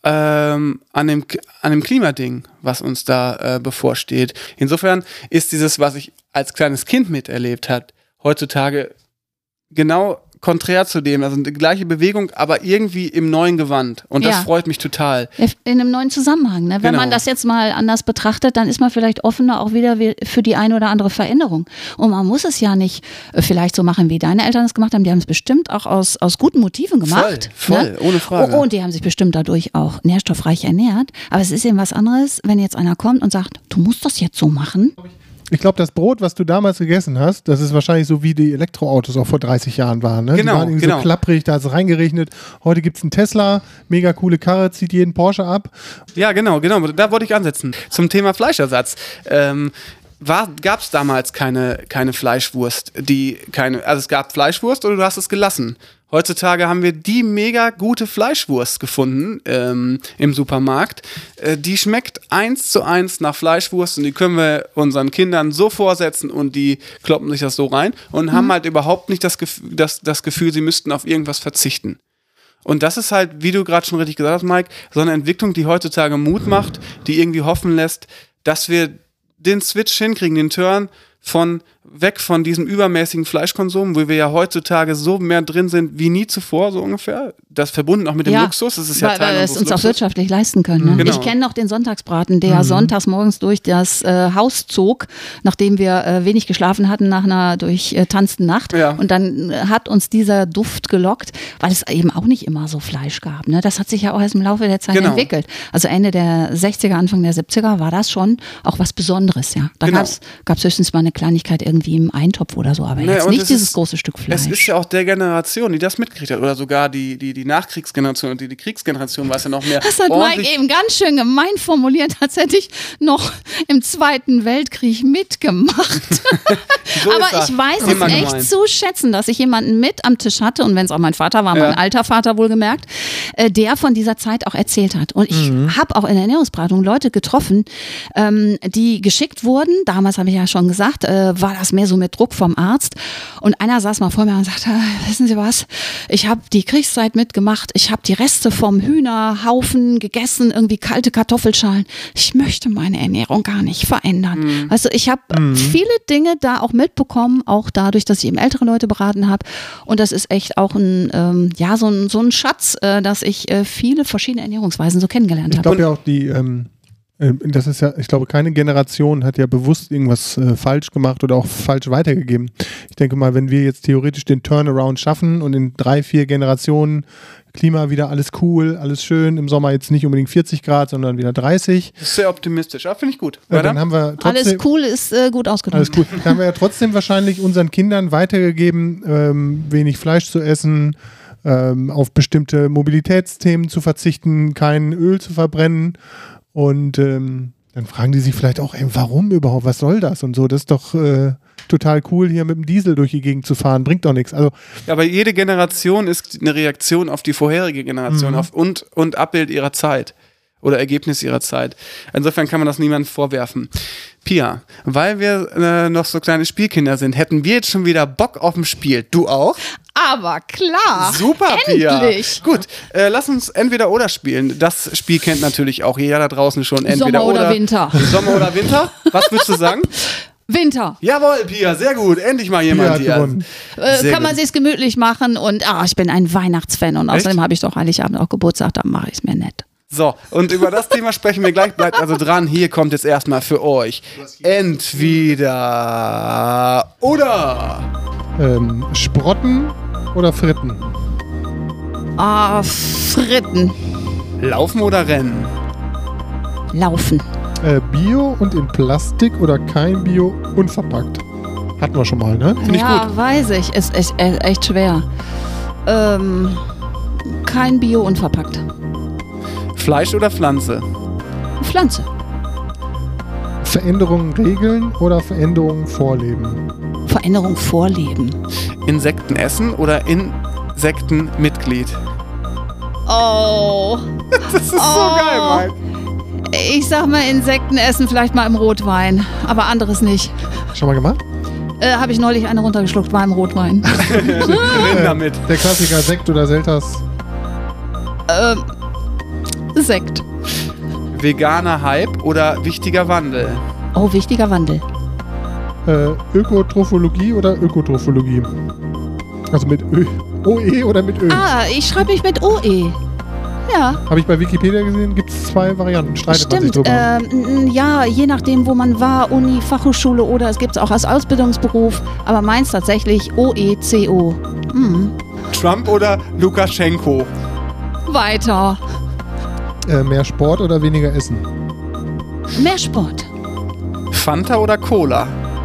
ähm, an dem, an dem Klimading, was uns da äh, bevorsteht. Insofern ist dieses, was ich als kleines Kind miterlebt habe, heutzutage genau konträr zu dem, also die gleiche Bewegung, aber irgendwie im neuen Gewand. Und das Ja. freut mich total. In einem neuen Zusammenhang. Ne? Wenn Genau. man das jetzt mal anders betrachtet, dann ist man vielleicht offener auch wieder wie- für die eine oder andere Veränderung. Und man muss es ja nicht äh, vielleicht so machen, wie deine Eltern es gemacht haben. Die haben es bestimmt auch aus, aus guten Motiven gemacht. Voll, voll, ne? ohne Frage. Oh, und die haben sich bestimmt dadurch auch nährstoffreich ernährt. Aber es ist eben was anderes, wenn jetzt einer kommt und sagt, du musst das jetzt so machen. Ich glaube, das Brot, was du damals gegessen hast, das ist wahrscheinlich so, wie die Elektroautos auch vor dreißig Jahren waren. Ne? Genau, Die waren irgendwie genau. so klapprig, da hat es reingeregnet. Heute gibt es einen Tesla, mega coole Karre, zieht jeden Porsche ab. Ja, genau, genau. Da wollte ich ansetzen. Zum Thema Fleischersatz. Ähm, gab es damals keine, keine Fleischwurst, die keine, also es gab Fleischwurst oder du hast es gelassen. Heutzutage haben wir die mega gute Fleischwurst gefunden ähm, im Supermarkt. Äh, die schmeckt eins zu eins nach Fleischwurst und die können wir unseren Kindern so vorsetzen und die kloppen sich das so rein und mhm. haben halt überhaupt nicht das, Gef- das, das Gefühl, sie müssten auf irgendwas verzichten. Und das ist halt, wie du gerade schon richtig gesagt hast, Mike, so eine Entwicklung, die heutzutage Mut macht, die irgendwie hoffen lässt, dass wir den Switch hinkriegen, den Turn von weg von diesem übermäßigen Fleischkonsum, wo wir ja heutzutage so mehr drin sind wie nie zuvor, so ungefähr. Das verbunden auch mit dem Ja, Luxus, das ist ja weil, Teil weil wir es unseres uns auch Luxus. wirtschaftlich leisten können. Ne? Genau. Ich kenne noch den Sonntagsbraten, der sonntags morgens durch das äh, Haus zog, nachdem wir äh, wenig geschlafen hatten nach einer durchtanzten Nacht. Ja. Und dann äh, hat uns dieser Duft gelockt, weil es eben auch nicht immer so Fleisch gab. Ne? Das hat sich ja auch erst im Laufe der Zeit Genau. entwickelt. Also Ende der sechziger, Anfang der siebziger war das schon auch was Besonderes. Ja. Da Genau. gab es höchstens mal eine Kleinigkeit irgendwie im Eintopf oder so, aber Naja, jetzt und nicht es dieses ist- große Stück Fleisch. Es ist ja auch der Generation, die das mitgekriegt hat. Oder sogar die, die, die Nachkriegsgeneration und die, die Kriegsgeneration weiß ja noch mehr. Das hat Mike ordentlich- eben ganz schön gemein formuliert, als hätte ich noch im Zweiten Weltkrieg mitgemacht. So Aber ist er. ich weiß Immer es echt gemein. zu schätzen, dass ich jemanden mit am Tisch hatte, und wenn es auch mein Vater war, Ja. mein alter Vater wohlgemerkt, äh, der von dieser Zeit auch erzählt hat. Und ich Mhm. habe auch in der Ernährungsberatung Leute getroffen, ähm, die geschickt wurden. Damals habe ich ja schon gesagt, äh, war das mehr so mit Druck vom Arzt. Und einer saß mal vor mir und sagte, wissen Sie was, ich habe die Kriegszeit mitgemacht, ich habe die Reste vom Hühnerhaufen gegessen, irgendwie kalte Kartoffelschalen. Ich möchte meine Ernährung gar nicht verändern. Mhm. Also ich habe viele Dinge da auch mitbekommen, auch dadurch, dass ich eben ältere Leute beraten habe. Und das ist echt auch ein, ähm, ja, so ein, so ein Schatz, äh, dass ich äh, viele verschiedene Ernährungsweisen so kennengelernt Ich habe. glaube ja auch die, ähm, äh, das ist ja, ich glaube, keine Generation hat ja bewusst irgendwas äh, falsch gemacht oder auch falsch weitergegeben. Ich denke mal, wenn wir jetzt theoretisch den Turnaround schaffen und in drei, vier Generationen Klima wieder alles cool, alles schön, im Sommer jetzt nicht unbedingt vierzig Grad, sondern wieder dreißig, Das ist sehr optimistisch. Ja, finde ich gut. äh, Weiter? dann haben wir trotzdem... Alles cool ist äh, gut ausgedrückt. Alles cool. Da haben wir ja trotzdem wahrscheinlich unseren Kindern weitergegeben, ähm, wenig Fleisch zu essen, ähm, auf bestimmte Mobilitätsthemen zu verzichten, kein Öl zu verbrennen. Und ähm, dann fragen die sich vielleicht auch, ey, warum überhaupt? Was soll das? Und so, das ist doch äh, total cool, hier mit dem Diesel durch die Gegend zu fahren. Bringt doch nichts. Also Ja, aber jede Generation ist eine Reaktion auf die vorherige Generation Mhm. auf und, und Abbild ihrer Zeit oder Ergebnis ihrer Zeit. Insofern kann man das niemandem vorwerfen. Pia, weil wir äh, noch so kleine Spielkinder sind, hätten wir jetzt schon wieder Bock auf ein Spiel. Du auch? Aber klar. Super, endlich. Pia. Gut, äh, lass uns entweder oder spielen. Das Spiel kennt natürlich auch jeder da draußen schon. Entweder Sommer oder Winter. Sommer oder Winter? Was würdest du sagen? Winter. Jawohl, Pia, sehr gut. Endlich mal Pia jemand hat hier. gewonnen. Äh, Sehr kann man gut. sich's gemütlich machen und ah, ich bin ein Weihnachtsfan und Echt? außerdem habe ich doch Heiligabend auch Geburtstag, dann mache ich es mir nett. So, und über das Thema sprechen wir gleich. Bleibt also dran. Hier kommt jetzt erstmal für euch entweder oder. ähm, Sprotten oder Fritten? Ah, Fritten. Laufen oder rennen? Laufen. Äh, Bio und in Plastik oder kein Bio unverpackt? Hatten wir schon mal, ne? Finde ich ja, gut. weiß ich. Ist echt, echt schwer. Ähm, kein Bio unverpackt. Fleisch oder Pflanze? Pflanze. Veränderungen regeln oder Veränderungen vorleben? Veränderung vorleben. Insekten essen oder Insektenmitglied? Oh. Das ist Oh. so geil, Mike. Ich sag mal Insekten essen, vielleicht mal im Rotwein, aber anderes nicht. Schon mal gemacht? Äh, Habe ich neulich eine runtergeschluckt, war im Rotwein. Renn damit. Der Klassiker Sekt oder Selters. ähm, Sekt. Veganer Hype oder wichtiger Wandel? Oh, wichtiger Wandel. Äh, Ökotrophologie oder Ökotrophologie? Also mit Ö. O E oder mit Ö? Ah, ich schreibe mich mit O E. Ja, Habe ich bei Wikipedia gesehen, gibt es zwei Varianten. Streitet man sich stimmt. drüber. Ähm, ja, je nachdem, wo man war, Uni, Fachhochschule oder es gibt es auch als Ausbildungsberuf. Aber meins tatsächlich O E C O. Hm. Trump oder Lukaschenko? Weiter. Äh, mehr Sport oder weniger Essen? Mehr Sport. Fanta oder Cola?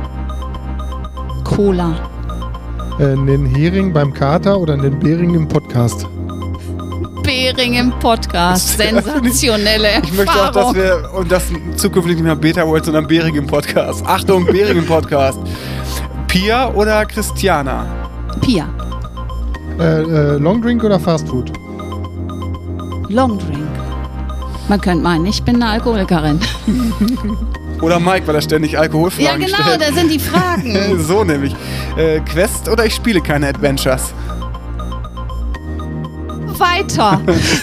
Cola. Äh, einen Hering beim Kater oder einen Bering im Podcast? Bering im Podcast. Sehr Sensationelle Ich möchte auch, dass Erfahrung. wir und das zukünftig nicht mehr Beta World, sondern Bering im Podcast. Achtung, Bering im Podcast. Pia oder Christiana? Pia. Äh, äh, Longdrink oder Fastfood? Long Drink. Man könnte meinen, ich bin eine Alkoholikerin. Oder Mike, weil er ständig Alkoholfragen Ja, genau, stellt. da sind die Fragen. So nämlich. Äh, Quest oder ich spiele keine Adventures? Weiter.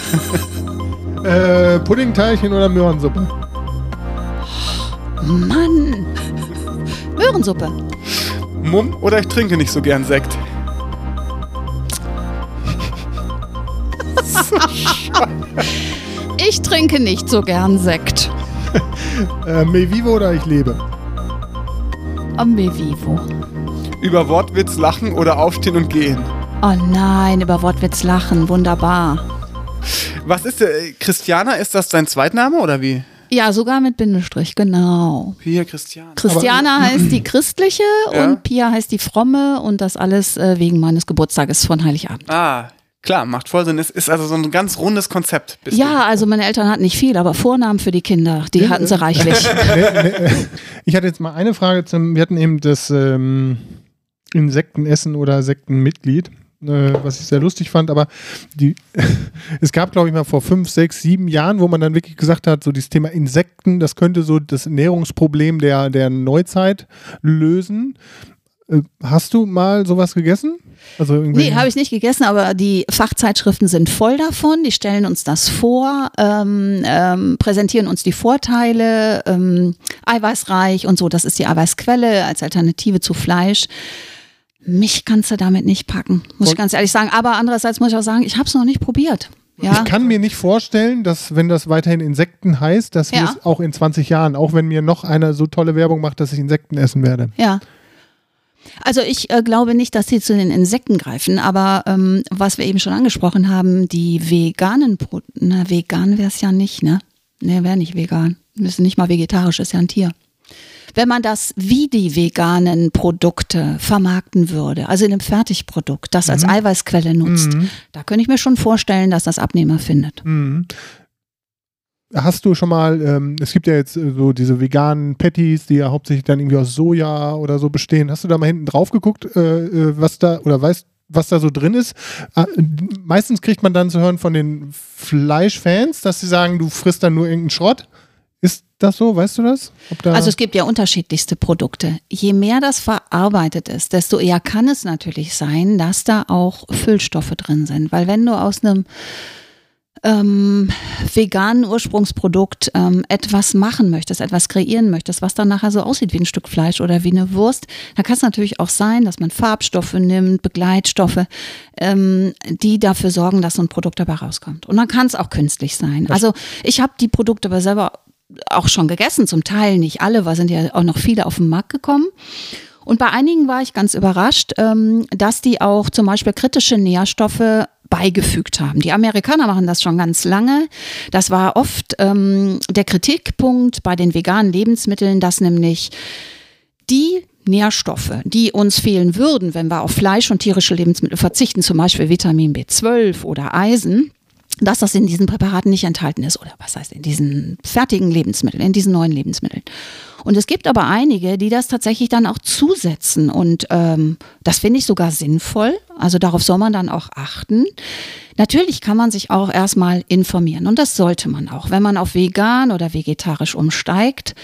Äh, Puddingteilchen oder Möhrensuppe? Mann. Möhrensuppe. Mumm oder ich trinke nicht so gern Sekt? Ich trinke nicht so gern Sekt. Äh, Me Vivo oder ich lebe? Am Me Vivo. Über Wortwitz lachen oder aufstehen und gehen? Oh nein, über Wortwitz lachen. Wunderbar. Was ist der? Christiana, ist das dein Zweitname oder wie? Ja, sogar mit Bindestrich, genau. Pia Christiana. Christiana Aber, heißt die christliche Ja. und Pia heißt die fromme und das alles äh, wegen meines Geburtstages von Heiligabend. Ah, klar, macht voll Sinn. Es ist also so ein ganz rundes Konzept. Bist Ja, also meine Eltern hatten nicht viel, aber Vornamen für die Kinder, die Ja, hatten sie reichlich. Nee, nee, ich hatte jetzt mal eine Frage zum, wir hatten eben das ähm, Insektenessen oder Sektenmitglied, äh, was ich sehr lustig fand, aber die, es gab, glaube ich, mal vor fünf, sechs, sieben Jahren, wo man dann wirklich gesagt hat, so dieses Thema Insekten, das könnte so das Ernährungsproblem der, der Neuzeit lösen. Äh, hast du mal sowas gegessen? Also irgendwie Nee, habe ich nicht gegessen, aber die Fachzeitschriften sind voll davon. Die stellen uns das vor, ähm, ähm, präsentieren uns die Vorteile, ähm, eiweißreich und so. Das ist die Eiweißquelle als Alternative zu Fleisch. Mich kannst du damit nicht packen, muss ich ganz ehrlich sagen. Aber andererseits muss ich auch sagen, ich habe es noch nicht probiert. Ja? Ich kann mir nicht vorstellen, dass, wenn das weiterhin Insekten heißt, dass wir Ja. es auch in zwanzig Jahren, auch wenn mir noch einer so tolle Werbung macht, dass ich Insekten essen werde. Ja. Also ich äh, glaube nicht, dass sie zu den Insekten greifen, aber ähm, was wir eben schon angesprochen haben, die veganen, Pro- na vegan wäre es ja nicht, ne? Ne, wäre nicht vegan. Ist nicht mal vegetarisch, ist ja ein Tier. Wenn man das wie die veganen Produkte vermarkten würde, also in einem Fertigprodukt, das als Eiweißquelle nutzt, Mhm. da könnte ich mir schon vorstellen, dass das Abnehmer findet. Mhm. Hast du schon mal, ähm, es gibt ja jetzt äh, so diese veganen Patties, die ja hauptsächlich dann irgendwie aus Soja oder so bestehen. Hast du da mal hinten drauf geguckt, äh, äh, was da, oder weißt, was da so drin ist? Äh, meistens kriegt man dann zu hören von den Fleischfans, dass sie sagen, du frisst dann nur irgendeinen Schrott. Ist das so? Weißt du das? Ob da Also es gibt ja unterschiedlichste Produkte. Je mehr das verarbeitet ist, desto eher kann es natürlich sein, dass da auch Füllstoffe drin sind. Weil wenn du aus einem ähm, veganen Ursprungsprodukt ähm, etwas machen möchtest, etwas kreieren möchtest, was dann nachher so aussieht wie ein Stück Fleisch oder wie eine Wurst, dann kann es natürlich auch sein, dass man Farbstoffe nimmt, Begleitstoffe, ähm, die dafür sorgen, dass so ein Produkt dabei rauskommt. Und dann kann es auch künstlich sein. Also ich habe die Produkte aber selber auch schon gegessen, zum Teil nicht alle, weil sind ja auch noch viele auf den Markt gekommen. Und bei einigen war ich ganz überrascht, ähm, dass die auch zum Beispiel kritische Nährstoffe beigefügt haben. Die Amerikaner machen das schon ganz lange. Das war oft ähm, der Kritikpunkt bei den veganen Lebensmitteln, dass nämlich die Nährstoffe, die uns fehlen würden, wenn wir auf Fleisch und tierische Lebensmittel verzichten, zum Beispiel Vitamin B zwölf oder Eisen, dass das in diesen Präparaten nicht enthalten ist oder was heißt in diesen fertigen Lebensmitteln, in diesen neuen Lebensmitteln. Und es gibt aber einige, die das tatsächlich dann auch zusetzen und ähm, das finde ich sogar sinnvoll, also darauf soll man dann auch achten. Natürlich kann man sich auch erstmal informieren und das sollte man auch, wenn man auf vegan oder vegetarisch umsteigt,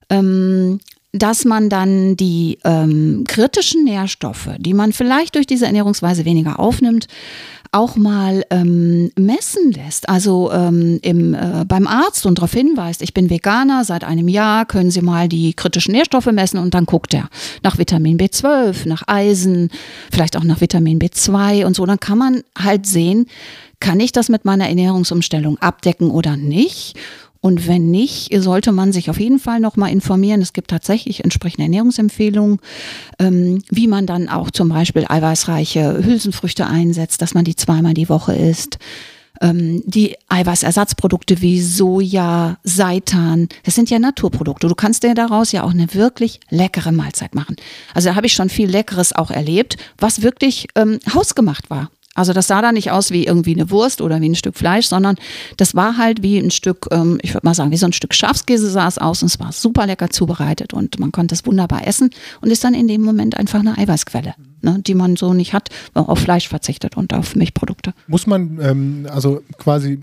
ähm, dass man dann die ähm, kritischen Nährstoffe, die man vielleicht durch diese Ernährungsweise weniger aufnimmt, auch mal ähm, messen lässt, also ähm, im, äh, beim Arzt und darauf hinweist, ich bin Veganer, seit einem Jahr können Sie mal die kritischen Nährstoffe messen und dann guckt er nach Vitamin B zwölf, nach Eisen, vielleicht auch nach Vitamin B zwei und so, dann kann man halt sehen, kann ich das mit meiner Ernährungsumstellung abdecken oder nicht? Und wenn nicht, sollte man sich auf jeden Fall noch mal informieren. Es gibt tatsächlich entsprechende Ernährungsempfehlungen, ähm, wie man dann auch zum Beispiel eiweißreiche Hülsenfrüchte einsetzt, dass man die zweimal die Woche isst. Ähm, die Eiweißersatzprodukte wie Soja, Seitan, das sind ja Naturprodukte. Du kannst dir daraus ja auch eine wirklich leckere Mahlzeit machen. Also da habe ich schon viel Leckeres auch erlebt, was wirklich ähm, hausgemacht war. Also das sah da nicht aus wie irgendwie eine Wurst oder wie ein Stück Fleisch, sondern das war halt wie ein Stück, ähm, ich würde mal sagen, wie so ein Stück Schafskäse sah es aus und es war super lecker zubereitet und man konnte es wunderbar essen und ist dann in dem Moment einfach eine Eiweißquelle, ne, die man so nicht hat, wenn man auf Fleisch verzichtet und auf Milchprodukte. muss man ähm, also quasi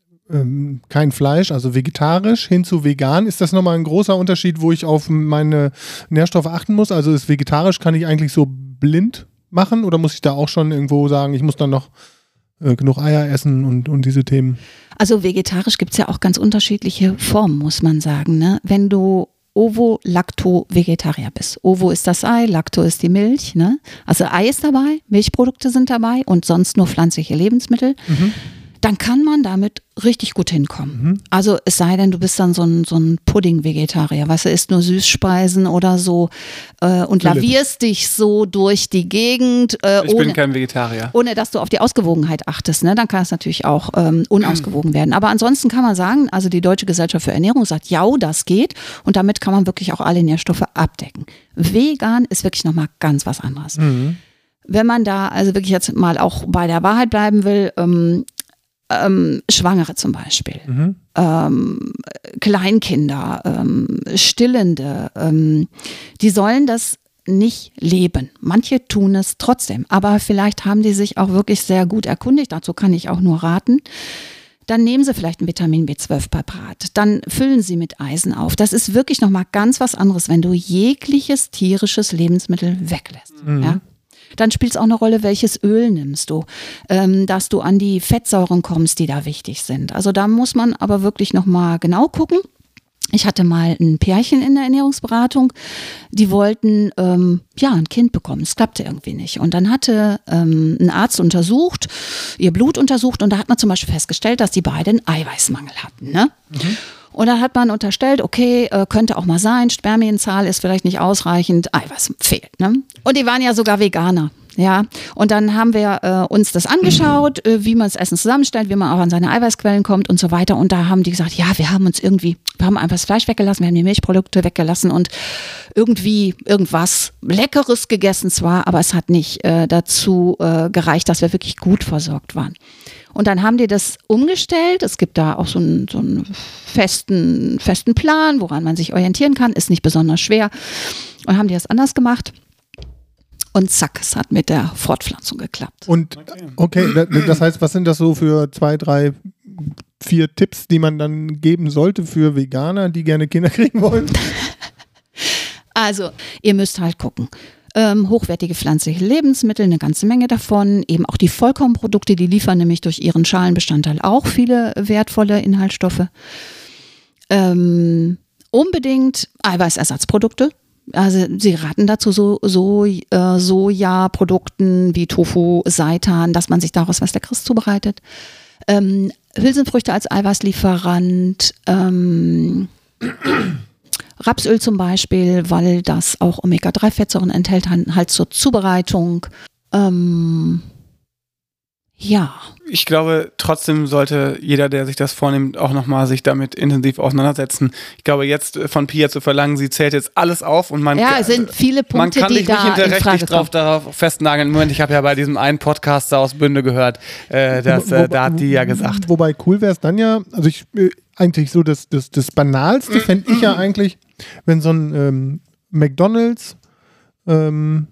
ähm, kein Fleisch, also vegetarisch hin zu vegan, ist das nochmal ein großer Unterschied, wo ich auf meine Nährstoffe achten muss? Also ist vegetarisch, kann ich eigentlich so blind machen oder muss ich da auch schon irgendwo sagen, ich muss dann noch äh, genug Eier essen und, und diese Themen? Also vegetarisch gibt es ja auch ganz unterschiedliche Formen, muss man sagen. Ne? Wenn du Ovo-Lacto-Vegetarier bist. Ovo ist das Ei, Lacto ist die Milch. Ne? Also Ei ist dabei, Milchprodukte sind dabei und sonst nur pflanzliche Lebensmittel. Mhm. dann kann man damit richtig gut hinkommen. Mhm. Also es sei denn, du bist dann so ein, so ein Pudding-Vegetarier, weißt du, isst nur Süßspeisen oder so äh, und Philipp. lavierst dich so durch die Gegend. Äh, ich ohne, bin kein Vegetarier. Ohne, dass du auf die Ausgewogenheit achtest, ne? Dann kann es natürlich auch ähm, unausgewogen werden. Aber ansonsten kann man sagen, also die Deutsche Gesellschaft für Ernährung sagt, ja, das geht und damit kann man wirklich auch alle Nährstoffe abdecken. Vegan ist wirklich nochmal ganz was anderes. Mhm. Wenn man da also wirklich jetzt mal auch bei der Wahrheit bleiben will, ähm, ähm, Schwangere zum Beispiel, mhm. ähm, Kleinkinder, ähm, Stillende, ähm, die sollen das nicht leben. Manche tun es trotzdem, aber vielleicht haben die sich auch wirklich sehr gut erkundigt, dazu kann ich auch nur raten. Dann nehmen Sie vielleicht ein Vitamin B zwölf Präparat, dann füllen Sie mit Eisen auf. Das ist wirklich nochmal ganz was anderes, wenn du jegliches tierisches Lebensmittel weglässt. Mhm. Ja? Dann spielt es auch eine Rolle, welches Öl nimmst du, ähm, dass du an die Fettsäuren kommst, die da wichtig sind. Also da muss man aber wirklich nochmal genau gucken. Ich hatte mal ein Pärchen in der Ernährungsberatung, die wollten ähm, ja ein Kind bekommen. Es klappte irgendwie nicht. Und dann hatte ähm, ein Arzt untersucht, ihr Blut untersucht und da hat man zum Beispiel festgestellt, dass die beiden einen Eiweißmangel hatten. Ne? Mhm. Und da hat man unterstellt, okay, äh, könnte auch mal sein, Spermienzahl ist vielleicht nicht ausreichend, Eiweiß fehlt. Ne? Und die waren ja sogar Veganer. Ja, und dann haben wir äh, uns das angeschaut, äh, wie man das Essen zusammenstellt, wie man auch an seine Eiweißquellen kommt und so weiter. Und da haben die gesagt, ja, wir haben uns irgendwie, wir haben einfach das Fleisch weggelassen, wir haben die Milchprodukte weggelassen und irgendwie irgendwas Leckeres gegessen zwar, aber es hat nicht äh, dazu äh, gereicht, dass wir wirklich gut versorgt waren. Und dann haben die das umgestellt. Es gibt da auch so einen, so einen festen, festen Plan, woran man sich orientieren kann, ist nicht besonders schwer. Und haben die das anders gemacht. Und zack, es hat mit der Fortpflanzung geklappt. Und okay, das heißt, was sind das so für zwei, drei, vier Tipps, die man dann geben sollte für Veganer, die gerne Kinder kriegen wollen? Also, ihr müsst halt gucken. Ähm, hochwertige pflanzliche Lebensmittel, eine ganze Menge davon. Eben auch die Vollkornprodukte, die liefern nämlich durch ihren Schalenbestandteil auch viele wertvolle Inhaltsstoffe. Ähm, unbedingt Eiweißersatzprodukte. Also sie raten dazu so, so äh, Sojaprodukten wie Tofu, Seitan, dass man sich daraus was Leckeres zubereitet. Ähm, Hülsenfrüchte als Eiweißlieferant, ähm, Rapsöl zum Beispiel, weil das auch Omega drei Fettsäuren enthält, halt zur Zubereitung. Ähm, ja. Ich glaube, trotzdem sollte jeder, der sich das vornimmt, auch nochmal sich damit intensiv auseinandersetzen. Ich glaube, jetzt von Pia zu verlangen, sie zählt jetzt alles auf und man ja, es sind viele Punkte, man kann die dich da nicht hinterrechtlich in drauf darauf festnageln. Moment, ich habe ja bei diesem einen Podcaster aus Bünde gehört, äh, dass, äh, da hat die ja gesagt. Wobei cool wäre es dann ja, also ich äh, eigentlich so das, das, das Banalste fände ich ja eigentlich, wenn so ein ähm, McDonald's ähm,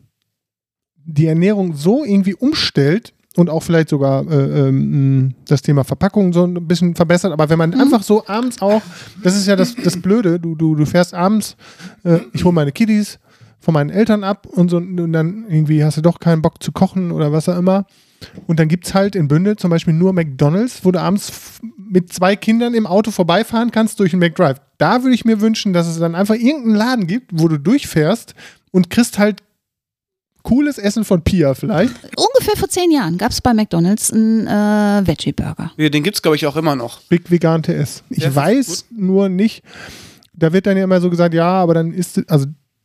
die Ernährung so irgendwie umstellt, und auch vielleicht sogar äh, ähm, das Thema Verpackung so ein bisschen verbessert. Aber wenn man mhm. einfach so abends auch, das ist ja das, das Blöde, du, du, du fährst abends, äh, ich hole meine Kiddies von meinen Eltern ab und, so, und dann irgendwie hast du doch keinen Bock zu kochen oder was auch immer. Und dann gibt es halt in Bünde zum Beispiel nur McDonald's, wo du abends f- mit zwei Kindern im Auto vorbeifahren kannst durch den McDrive. Da würde ich mir wünschen, dass es dann einfach irgendeinen Laden gibt, wo du durchfährst und kriegst halt cooles Essen von Pia vielleicht. Ungefähr vor zehn Jahren gab es bei McDonald's einen äh, Veggie-Burger. Ja, den gibt es, glaube ich, auch immer noch. Big Vegan T S. Ich ja, weiß nur nicht, da wird dann ja immer so gesagt, ja, aber dann ist, also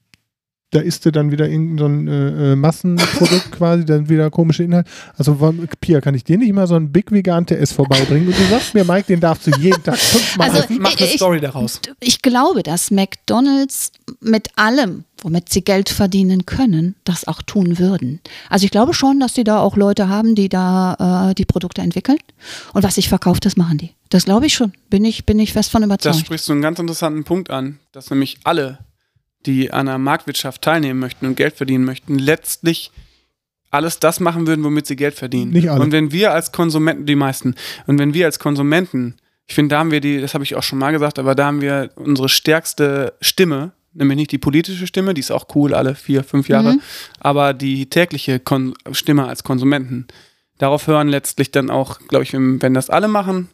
da isst du dann wieder irgendein so ein äh, Massenprodukt quasi, dann wieder komische Inhalte. Also Pia, kann ich dir nicht mal so ein Big Vegan T S vorbeibringen? Und du sagst mir, Mike, den darfst du jeden Tag fünfmal also, essen. Mach eine ich, Story daraus. Ich glaube, dass McDonald's mit allem, womit sie Geld verdienen können, das auch tun würden. Also ich glaube schon, dass die da auch Leute haben, die da äh, die Produkte entwickeln. Und was sich verkauft, das machen die. Das glaube ich schon. Bin ich, bin ich fest von überzeugt. Da sprichst du einen ganz interessanten Punkt an, dass nämlich alle, die an einer Marktwirtschaft teilnehmen möchten und Geld verdienen möchten, letztlich alles das machen würden, womit sie Geld verdienen. Nicht alle. Und wenn wir als Konsumenten, die meisten, und wenn wir als Konsumenten, ich finde, da haben wir die, das habe ich auch schon mal gesagt, aber da haben wir unsere stärkste Stimme, nämlich nicht die politische Stimme, die ist auch cool, alle vier, fünf Jahre, mhm. aber die tägliche Kon- Stimme als Konsumenten. Darauf hören letztlich dann auch, glaube ich, wenn, wenn das alle machen,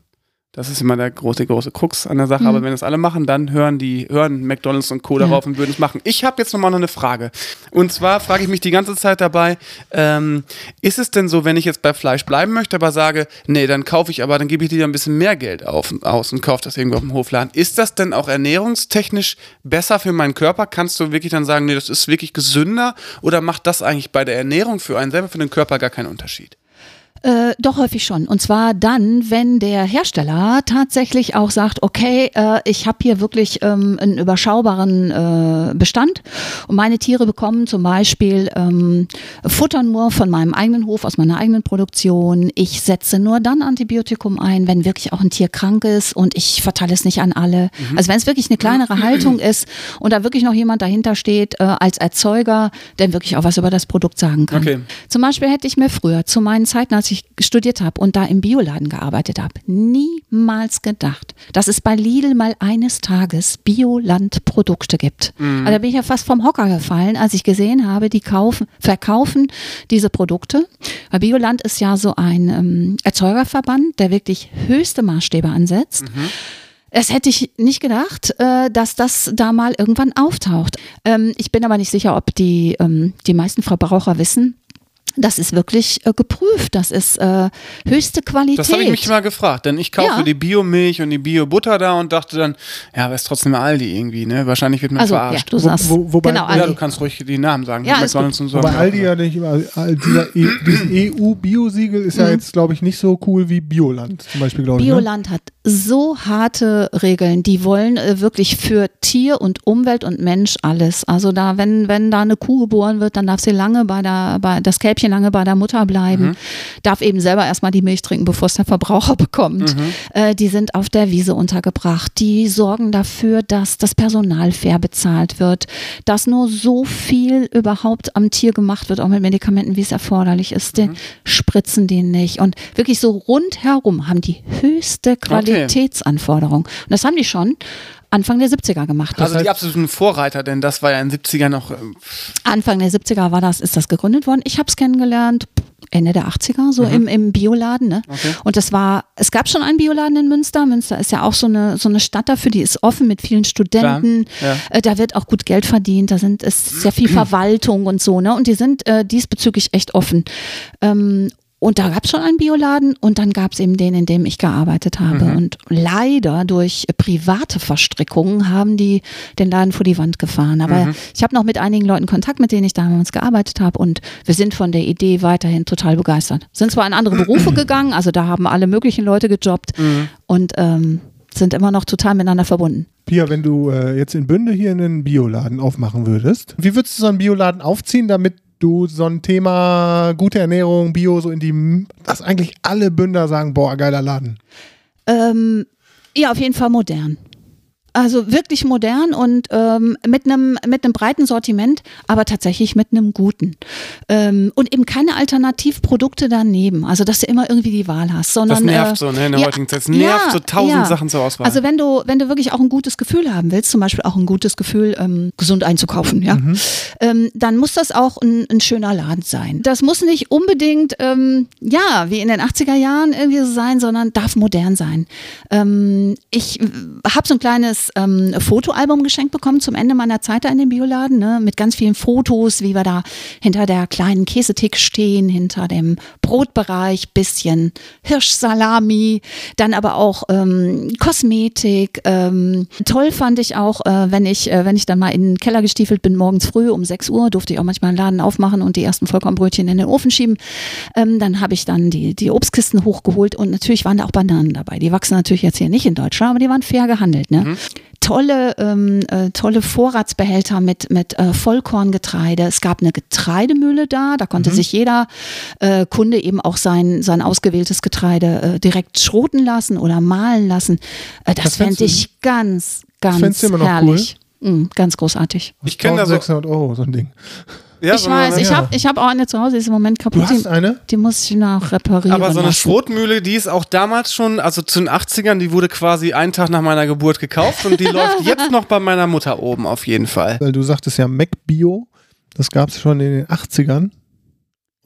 Das ist immer der große, große Krux an der Sache. Mhm. Aber wenn es alle machen, dann hören die, hören McDonald's und Co. Ja. darauf und würden es machen. Ich habe jetzt nochmal noch eine Frage. Und zwar frage ich mich die ganze Zeit dabei, ähm, ist es denn so, wenn ich jetzt bei Fleisch bleiben möchte, aber sage, nee, dann kaufe ich aber, dann gebe ich dir ein bisschen mehr Geld auf, aus und kaufe das irgendwo auf dem Hofladen. Ist das denn auch ernährungstechnisch besser für meinen Körper? Kannst du wirklich dann sagen, nee, das ist wirklich gesünder? Oder macht das eigentlich bei der Ernährung für einen selber, für den Körper gar keinen Unterschied? Äh, doch häufig schon. Und zwar dann, wenn der Hersteller tatsächlich auch sagt, okay, äh, ich habe hier wirklich ähm, einen überschaubaren äh, Bestand und meine Tiere bekommen zum Beispiel ähm, Futter nur von meinem eigenen Hof, aus meiner eigenen Produktion. Ich setze nur dann Antibiotikum ein, wenn wirklich auch ein Tier krank ist und ich verteile es nicht an alle. Mhm. Also wenn es wirklich eine kleinere Haltung ist und da wirklich noch jemand dahinter steht äh, als Erzeuger, der wirklich auch was über das Produkt sagen kann. Okay. Zum Beispiel hätte ich mir früher zu meinen Zeiten, als ich studiert habe und da im Bioladen gearbeitet habe, niemals gedacht, dass es bei Lidl mal eines Tages Bioland-Produkte gibt. Mhm. Also da bin ich ja fast vom Hocker gefallen, als ich gesehen habe, die kaufen, verkaufen diese Produkte. Weil Bioland ist ja so ein ähm, Erzeugerverband, der wirklich höchste Maßstäbe ansetzt. Mhm. Es hätte ich nicht gedacht, äh, dass das da mal irgendwann auftaucht. Ähm, ich bin aber nicht sicher, ob die, ähm, die meisten Verbraucher wissen, das ist wirklich äh, geprüft, das ist äh, höchste Qualität. Das habe ich mich mal gefragt, denn ich kaufe ja. die Biomilch und die Bio-Butter da und dachte dann, ja, aber ist trotzdem Aldi irgendwie, ne? Wahrscheinlich wird man also, verarscht. Ja, du sagst, wo, wo, wobei, genau, ja, Aldi. du kannst ruhig die Namen sagen. Ja, McDonald's und so. Wobei Aldi ja nicht immer, dieser e, dieses E U-Biosiegel ist mhm. ja jetzt, glaube ich, nicht so cool wie Bioland zum Beispiel, glaube ich. Bioland ne? hat so harte Regeln, die wollen äh, wirklich für Tier und Umwelt und Mensch alles. Also da, wenn, wenn da eine Kuh geboren wird, dann darf sie lange bei der, bei, das Kälbchen lange bei der Mutter bleiben, mhm. darf eben selber erstmal die Milch trinken, bevor es der Verbraucher bekommt. Mhm. Äh, die sind auf der Wiese untergebracht. Die sorgen dafür, dass das Personal fair bezahlt wird, dass nur so viel überhaupt am Tier gemacht wird, auch mit Medikamenten, wie es erforderlich ist. Mhm. Die spritzen die nicht. Und wirklich so rundherum haben die höchste Qualitätsanforderung. Und das haben die schon Anfang der siebziger gemacht. Also die absoluten Vorreiter, denn das war ja in den siebzigern noch... Ähm Anfang der siebziger war das, ist das gegründet worden. Ich habe es kennengelernt Ende der achtziger, so mhm. im, im Bioladen. Ne? Okay. Und das war, es gab schon einen Bioladen in Münster. Münster ist ja auch so eine, so eine Stadt dafür, die ist offen mit vielen Studenten. Ja. Äh, da wird auch gut Geld verdient, da sind, ist sehr viel Verwaltung und so. Ne? Und die sind äh, diesbezüglich echt offen. Ähm, Und da gab es schon einen Bioladen und dann gab es eben den, in dem ich gearbeitet habe. Mhm. Und leider durch private Verstrickungen haben die den Laden vor die Wand gefahren. Aber mhm. ich habe noch mit einigen Leuten Kontakt, mit denen ich damals gearbeitet habe und wir sind von der Idee weiterhin total begeistert. Sind zwar in andere Berufe gegangen, also da haben alle möglichen Leute gejobbt mhm. und ähm, sind immer noch total miteinander verbunden. Pia, wenn du äh, jetzt in Bünde hier einen Bioladen aufmachen würdest, wie würdest du so einen Bioladen aufziehen, damit du so ein Thema gute Ernährung, Bio, so in die, dass eigentlich alle Bünder sagen, boah, geiler Laden? Ähm, ja, auf jeden Fall modern. Also wirklich modern und ähm, mit einem mit einem breiten Sortiment, aber tatsächlich mit einem guten. Ähm, und eben keine Alternativprodukte daneben, also dass du immer irgendwie die Wahl hast. Sondern, das nervt äh, so, ne, in der ja, heutigen Zeit. Es nervt ja, so tausend ja. Sachen zur Auswahl. Also wenn du, wenn du wirklich auch ein gutes Gefühl haben willst, zum Beispiel auch ein gutes Gefühl, ähm, gesund einzukaufen, ja, mhm. ähm, dann muss das auch ein, ein schöner Laden sein. Das muss nicht unbedingt, ähm, ja, wie in den achtziger Jahren irgendwie so sein, sondern darf modern sein. Ähm, ich habe so ein kleines Ähm, Fotoalbum geschenkt bekommen zum Ende meiner Zeit da in dem Bioladen, ne, mit ganz vielen Fotos, wie wir da hinter der kleinen Käsetheke stehen, hinter dem Brotbereich, bisschen Hirschsalami, dann aber auch ähm, Kosmetik. Ähm, toll fand ich auch, äh, wenn ich äh, wenn ich dann mal in den Keller gestiefelt bin, morgens früh um sechs Uhr, durfte ich auch manchmal einen Laden aufmachen und die ersten Vollkornbrötchen in den Ofen schieben. Ähm, dann habe ich dann die, die Obstkisten hochgeholt und natürlich waren da auch Bananen dabei. Die wachsen natürlich jetzt hier nicht in Deutschland, aber die waren fair gehandelt, ne? Mhm. Tolle, ähm, äh, tolle Vorratsbehälter mit, mit äh, Vollkorngetreide. Es gab eine Getreidemühle da, da konnte mhm. sich jeder äh, Kunde eben auch sein, sein ausgewähltes Getreide äh, direkt schroten lassen oder mahlen lassen. Äh, das das fände ich ganz, ganz immer noch herrlich. Cool? Mhm, ganz großartig. Ich kenne da so sechshundert Euro, so ein Ding. Ja, ich weiß, ich habe ich hab auch eine zu Hause, die ist im Moment kaputt. Du hast eine? Die muss ich noch reparieren. Aber so eine lassen. Schrotmühle, die ist auch damals schon, also zu den achtzigern, die wurde quasi einen Tag nach meiner Geburt gekauft und die läuft jetzt noch bei meiner Mutter oben auf jeden Fall. Weil du sagtest ja McBio, das gab es schon in den achtzigern.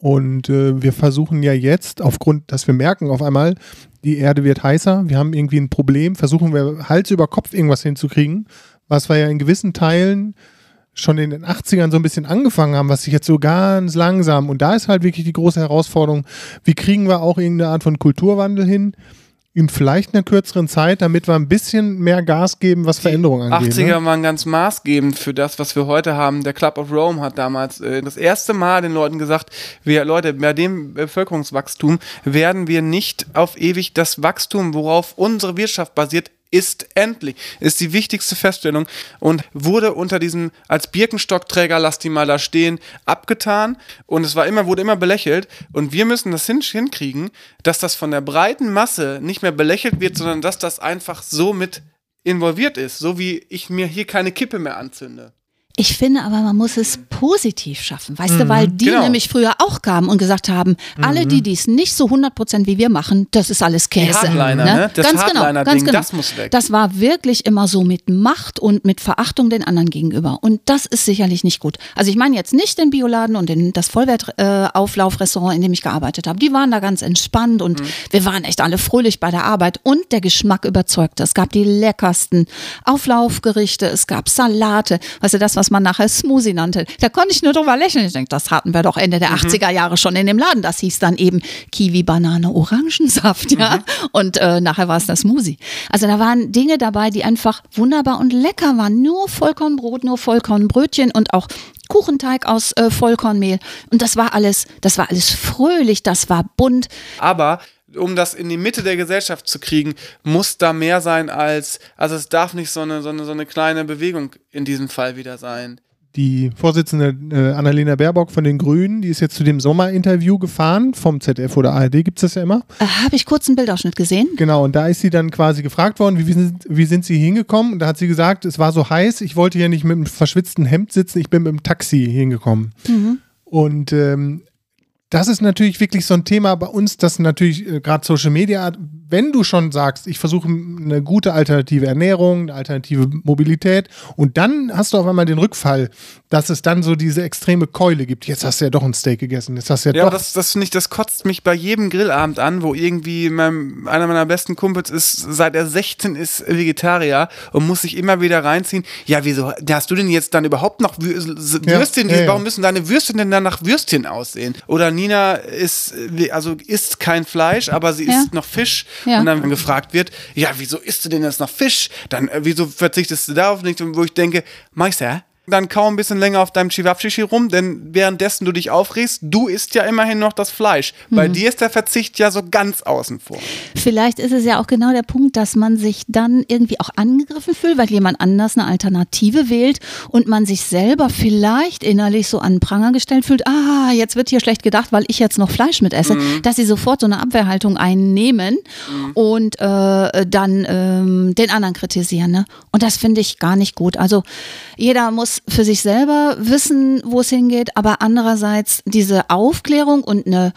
Und äh, wir versuchen ja jetzt, aufgrund, dass wir merken auf einmal, die Erde wird heißer, wir haben irgendwie ein Problem, versuchen wir Hals über Kopf irgendwas hinzukriegen, was wir ja in gewissen Teilen schon in den achtzigern so ein bisschen angefangen haben, was sich jetzt so ganz langsam, und da ist halt wirklich die große Herausforderung, wie kriegen wir auch irgendeine Art von Kulturwandel hin, in vielleicht einer kürzeren Zeit, damit wir ein bisschen mehr Gas geben, was Veränderungen angeht. Die achtziger ne? waren ganz maßgebend für das, was wir heute haben. Der Club of Rome hat damals äh, das erste Mal den Leuten gesagt, wir Leute, bei dem Bevölkerungswachstum werden wir nicht auf ewig das Wachstum, worauf unsere Wirtschaft basiert, ist endlich, ist die wichtigste Feststellung und wurde unter diesem als Birkenstockträger, lass die mal da stehen, abgetan und es war immer, wurde immer belächelt und wir müssen das hin, hinkriegen, dass das von der breiten Masse nicht mehr belächelt wird, sondern dass das einfach so mit involviert ist, so wie ich mir hier keine Kippe mehr anzünde. Ich finde aber, man muss es positiv schaffen, weißt Mhm, du, weil die genau. nämlich früher auch kamen und gesagt haben, alle, die dies nicht so hundert Prozent wie wir machen, das ist alles Käse. Die Hardliner, ne? Das ganz genau, Hardliner-Ding, ganz genau. das muss weg. Das war wirklich immer so mit Macht und mit Verachtung den anderen gegenüber und das ist sicherlich nicht gut. Also ich meine jetzt nicht den Bioladen und den, das Vollwert-Auflaufrestaurant, äh, in dem ich gearbeitet habe. Die waren da ganz entspannt und mhm. wir waren echt alle fröhlich bei der Arbeit und der Geschmack überzeugte. Es gab die leckersten Auflaufgerichte, es gab Salate, weißt du, das, was man nachher Smoothie nannte. Da konnte ich nur drüber lächeln. Ich denke, das hatten wir doch Ende der mhm. achtziger Jahre schon in dem Laden. Das hieß dann eben Kiwi, Banane, Orangensaft, ja. Mhm. Und äh, nachher war es das Smoothie. Also da waren Dinge dabei, die einfach wunderbar und lecker waren. Nur Vollkornbrot, nur Vollkornbrötchen und auch Kuchenteig aus äh, Vollkornmehl. Und das war alles, das war alles fröhlich, das war bunt. Aber um das in die Mitte der Gesellschaft zu kriegen, muss da mehr sein als, also es darf nicht so eine, so eine, so eine kleine Bewegung in diesem Fall wieder sein. Die Vorsitzende äh, Annalena Baerbock von den Grünen, die ist jetzt zu dem Sommerinterview gefahren, vom Z D F oder A R D, gibt es das ja immer. Äh, Habe ich kurz einen Bildausschnitt gesehen. Genau, und da ist sie dann quasi gefragt worden, wie, wie, sind, wie sind sie hingekommen? Und da hat sie gesagt, es war so heiß, ich wollte hier nicht mit einem verschwitzten Hemd sitzen, ich bin mit dem Taxi hingekommen. Mhm. Und ähm, das ist natürlich wirklich so ein Thema bei uns, das natürlich äh, gerade Social Media, wenn du schon sagst, ich versuche eine gute alternative Ernährung, eine alternative Mobilität und dann hast du auf einmal den Rückfall, dass es dann so diese extreme Keule gibt. Jetzt hast du ja doch ein Steak gegessen. Jetzt hast du ja, ja doch das, das, nicht, das kotzt mich bei jedem Grillabend an, wo irgendwie mein, einer meiner besten Kumpels ist, seit er sechzehn ist, Vegetarier und muss sich immer wieder reinziehen. Ja, wieso hast du denn jetzt dann überhaupt noch Würstchen? Ja, ja, ja. Warum müssen deine Würstchen denn dann nach Würstchen aussehen? Oder Nina ist, also isst kein Fleisch, aber sie ja. isst noch Fisch. Ja. Und dann gefragt wird, ja, wieso isst du denn jetzt noch Fisch? Dann, äh, wieso verzichtest du darauf nicht? Und wo ich denke, Meister, dann kaum ein bisschen länger auf deinem Chivapchichi rum, denn währenddessen du dich aufregst, du isst ja immerhin noch das Fleisch. Mhm. Bei dir ist der Verzicht ja so ganz außen vor. Vielleicht ist es ja auch genau der Punkt, dass man sich dann irgendwie auch angegriffen fühlt, weil jemand anders eine Alternative wählt und man sich selber vielleicht innerlich so an den Pranger gestellt fühlt, ah, jetzt wird hier schlecht gedacht, weil ich jetzt noch Fleisch mit esse, mhm. dass sie sofort so eine Abwehrhaltung einnehmen mhm. und äh, dann ähm, den anderen kritisieren. Ne? Und das finde ich gar nicht gut. Also jeder muss für sich selber wissen, wo es hingeht, aber andererseits diese Aufklärung und eine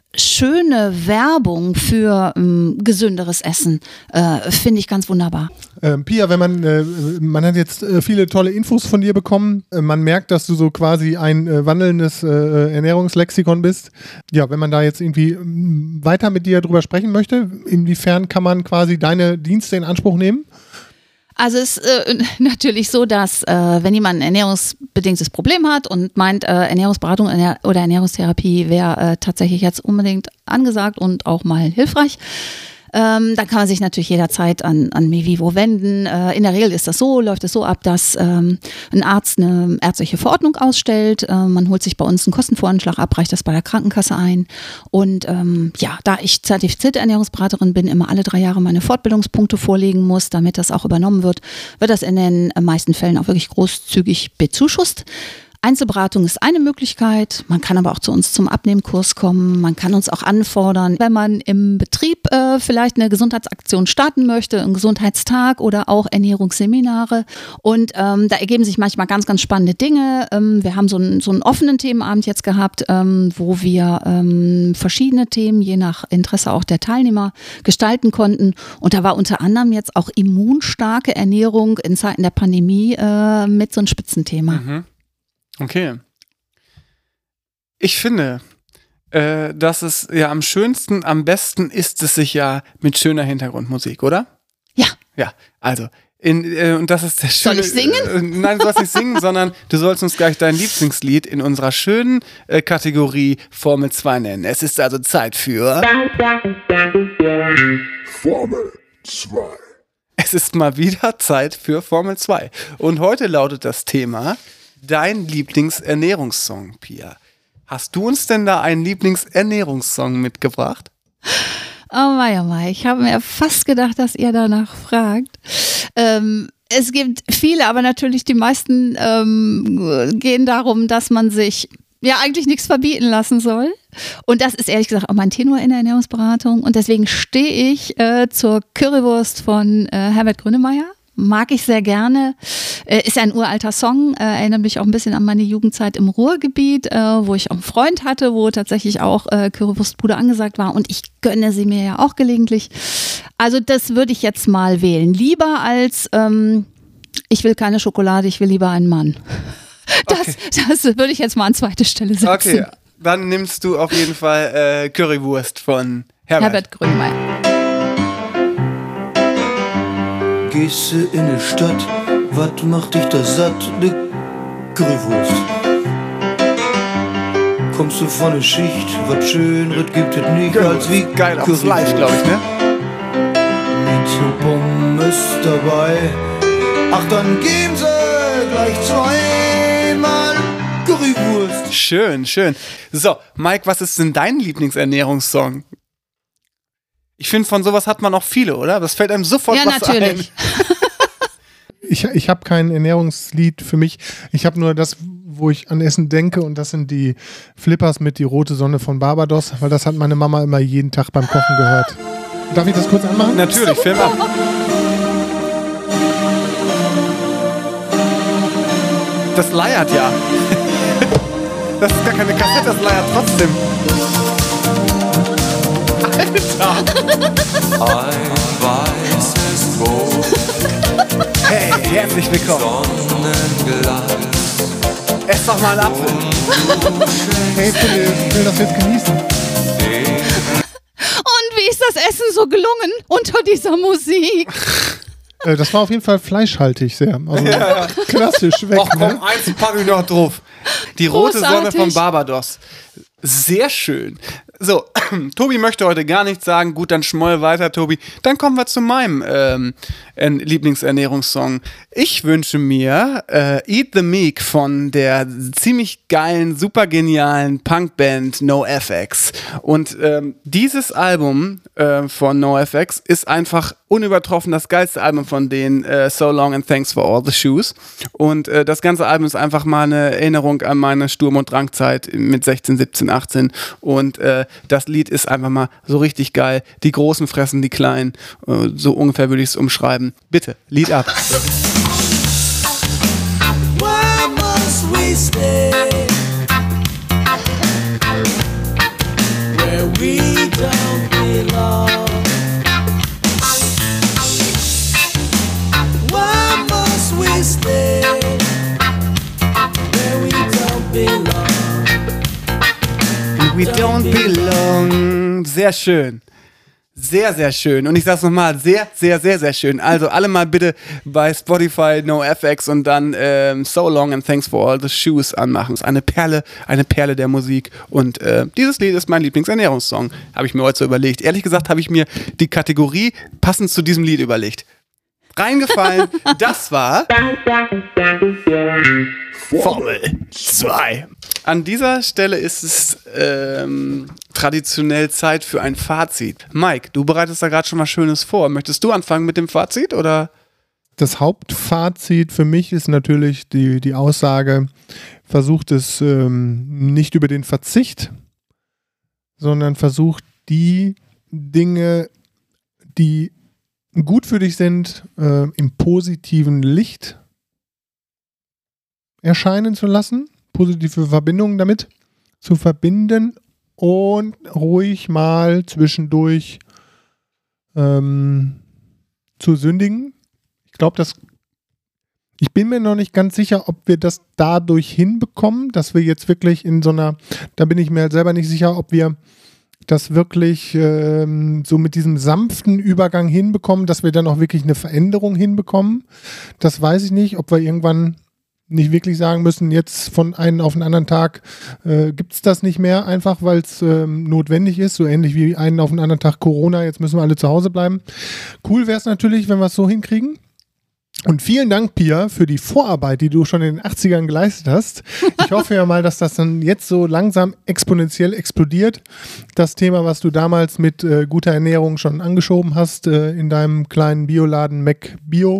schöne Werbung für ähm, gesünderes Essen äh, finde ich ganz wunderbar. Ähm, Pia, wenn man, äh, man hat jetzt äh, viele tolle Infos von dir bekommen, äh, man merkt, dass du so quasi ein äh, wandelndes äh, Ernährungslexikon bist. Ja, wenn man da jetzt irgendwie äh, weiter mit dir drüber sprechen möchte, inwiefern kann man quasi deine Dienste in Anspruch nehmen? Also es ist äh, natürlich so, dass äh, wenn jemand ein ernährungsbedingtes Problem hat und meint, äh, Ernährungsberatung oder Ernährungstherapie wäre äh, tatsächlich jetzt unbedingt angesagt und auch mal hilfreich, Ähm, dann kann man sich natürlich jederzeit an, an Mevivo wenden. Äh, in der Regel ist das so, läuft es so ab, dass ähm, ein Arzt eine ärztliche Verordnung ausstellt. Äh, man holt sich bei uns einen Kostenvoranschlag ab, reicht das bei der Krankenkasse ein. Und ähm, ja, da ich zertifizierte Ernährungsberaterin bin, immer alle drei Jahre meine Fortbildungspunkte vorlegen muss, damit das auch übernommen wird, wird das in den meisten Fällen auch wirklich großzügig bezuschusst. Einzelberatung ist eine Möglichkeit, man kann aber auch zu uns zum Abnehmkurs kommen, man kann uns auch anfordern, wenn man im Betrieb äh, vielleicht eine Gesundheitsaktion starten möchte, einen Gesundheitstag oder auch Ernährungsseminare und ähm, da ergeben sich manchmal ganz, ganz spannende Dinge. Ähm, wir haben so einen, so einen offenen Themenabend jetzt gehabt, ähm, wo wir ähm, verschiedene Themen je nach Interesse auch der Teilnehmer gestalten konnten und da war unter anderem jetzt auch immunstarke Ernährung in Zeiten der Pandemie äh, mit so einem Spitzenthema. Mhm. Okay. Ich finde, äh, dass es ja am schönsten, am besten ist es sich ja mit schöner Hintergrundmusik, oder? Ja. Ja, also, in, äh, und das ist der schöne... Soll ich singen? Äh, nein, du sollst nicht singen, sondern du sollst uns gleich dein Lieblingslied in unserer schönen äh, Kategorie Formel zwei nennen. Es ist also Zeit für... Formel zwei. Es ist mal wieder Zeit für Formel zwei. Und heute lautet das Thema dein Lieblingsernährungssong, Pia. Hast du uns denn da einen Lieblingsernährungssong mitgebracht? Oh mei, oh mei, ich habe mir fast gedacht, dass ihr danach fragt. Ähm, es gibt viele, aber natürlich die meisten ähm, gehen darum, dass man sich ja eigentlich nichts verbieten lassen soll. Und das ist ehrlich gesagt auch mein Tenor in der Ernährungsberatung. Und deswegen stehe ich äh, zur Currywurst von äh, Herbert Grönemeyer. Mag ich sehr gerne. Äh, ist ein uralter Song, äh, erinnert mich auch ein bisschen an meine Jugendzeit im Ruhrgebiet, äh, wo ich auch einen Freund hatte, wo tatsächlich auch äh, Currywurstbude angesagt war. Und ich gönne sie mir ja auch gelegentlich. Also das würde ich jetzt mal wählen. Lieber als ähm, ich will keine Schokolade, ich will lieber einen Mann. Das, okay. das würde ich jetzt mal an zweite Stelle setzen. Okay, dann nimmst du auf jeden Fall äh, Currywurst von Herbert. Herbert Grönemeyer. Gehst du in die Stadt, was macht dich da satt? Ne Currywurst. Kommst du von der Schicht, was Schöneres gibt es nicht als wie geil aufs Fleisch, glaube ich, ne? Mit Pommes dabei. Ach, dann geben sie gleich zweimal Currywurst. Schön, schön. So, Mike, was ist denn dein Lieblingsernährungssong? Ich finde, von sowas hat man auch viele, oder? Das fällt einem sofort ja, was natürlich. ein. Ich, ich habe kein Ernährungslied für mich. Ich habe nur das, wo ich an Essen denke, und das sind die Flippers mit Die rote Sonne von Barbados, weil das hat meine Mama immer jeden Tag beim Kochen gehört. Darf ich das kurz anmachen? Natürlich, Film ab. Das leiert ja. Das ist gar keine Kassette, das leiert trotzdem. Alter! Ein weißes Brot. Hey, herzlich willkommen. Sonnenglanz. Ess doch mal einen Apfel. Hey, Philipp, ich will das jetzt genießen. Und wie ist das Essen so gelungen unter dieser Musik? Äh, das war auf jeden Fall fleischhaltig sehr. Also Ja, ja. klassisch weg. Och komm, Ne? eins packe ich noch drauf. Die rote Großartig. Sonne von Barbados. Sehr schön. So, Tobi möchte heute gar nichts sagen. Gut, dann schmoll weiter, Tobi. Dann kommen wir zu meinem ähm, Lieblingsernährungssong. Ich wünsche mir äh, Eat the Meek von der ziemlich geilen, super genialen Punkband NoFX. Und ähm, dieses Album äh, von NoFX ist einfach unübertroffen das geilste Album von denen, äh, So Long and Thanks for All the Shoes. Und äh, das ganze Album ist einfach mal eine Erinnerung an meine Sturm- und Drangzeit mit sechzehn, siebzehn, achtzehn. Und äh, das Lied ist einfach mal so richtig geil. Die Großen fressen die Kleinen. Äh, so ungefähr würde ich es umschreiben. Bitte, Lied ab. Why must we stay where we don't belong? Why must we stay where we don't belong? We don't belong. Sehr schön. Sehr, sehr schön. Und ich sag's nochmal, sehr, sehr, sehr, sehr schön. Also alle mal bitte bei Spotify NoFX und dann ähm, So Long and Thanks for All the Shoes anmachen. Das ist eine Perle, eine Perle der Musik. Und äh, dieses Lied ist mein Lieblingsernährungssong. Habe ich mir heute so überlegt. Ehrlich gesagt habe ich mir die Kategorie passend zu diesem Lied überlegt. Reingefallen, das war Formel zwei. An dieser Stelle ist es ähm, traditionell Zeit für ein Fazit. Mike, du bereitest da gerade schon was Schönes vor. Möchtest du anfangen mit dem Fazit, oder? Das Hauptfazit für mich ist natürlich die, die Aussage, versucht es ähm, nicht über den Verzicht, sondern versucht die Dinge, die gut für dich sind, äh, im positiven Licht erscheinen zu lassen, positive Verbindungen damit zu verbinden und ruhig mal zwischendurch ähm, zu sündigen. Ich glaube, das Ich bin mir noch nicht ganz sicher, ob wir das dadurch hinbekommen, dass wir jetzt wirklich in so einer, da bin ich mir halt selber nicht sicher, ob wir das wirklich ähm, so mit diesem sanften Übergang hinbekommen, dass wir dann auch wirklich eine Veränderung hinbekommen. Das weiß ich nicht, ob wir irgendwann nicht wirklich sagen müssen, jetzt von einem auf den anderen Tag äh, gibt es das nicht mehr, einfach weil es ähm, notwendig ist, so ähnlich wie einen auf den anderen Tag Corona, jetzt müssen wir alle zu Hause bleiben. Cool wäre es natürlich, wenn wir es so hinkriegen. Und vielen Dank, Pia, für die Vorarbeit, die du schon in den achtzigern geleistet hast. Ich hoffe ja mal, dass das dann jetzt so langsam exponentiell explodiert. Das Thema, was du damals mit äh, guter Ernährung schon angeschoben hast, äh, in deinem kleinen Bioladen Mac Bio,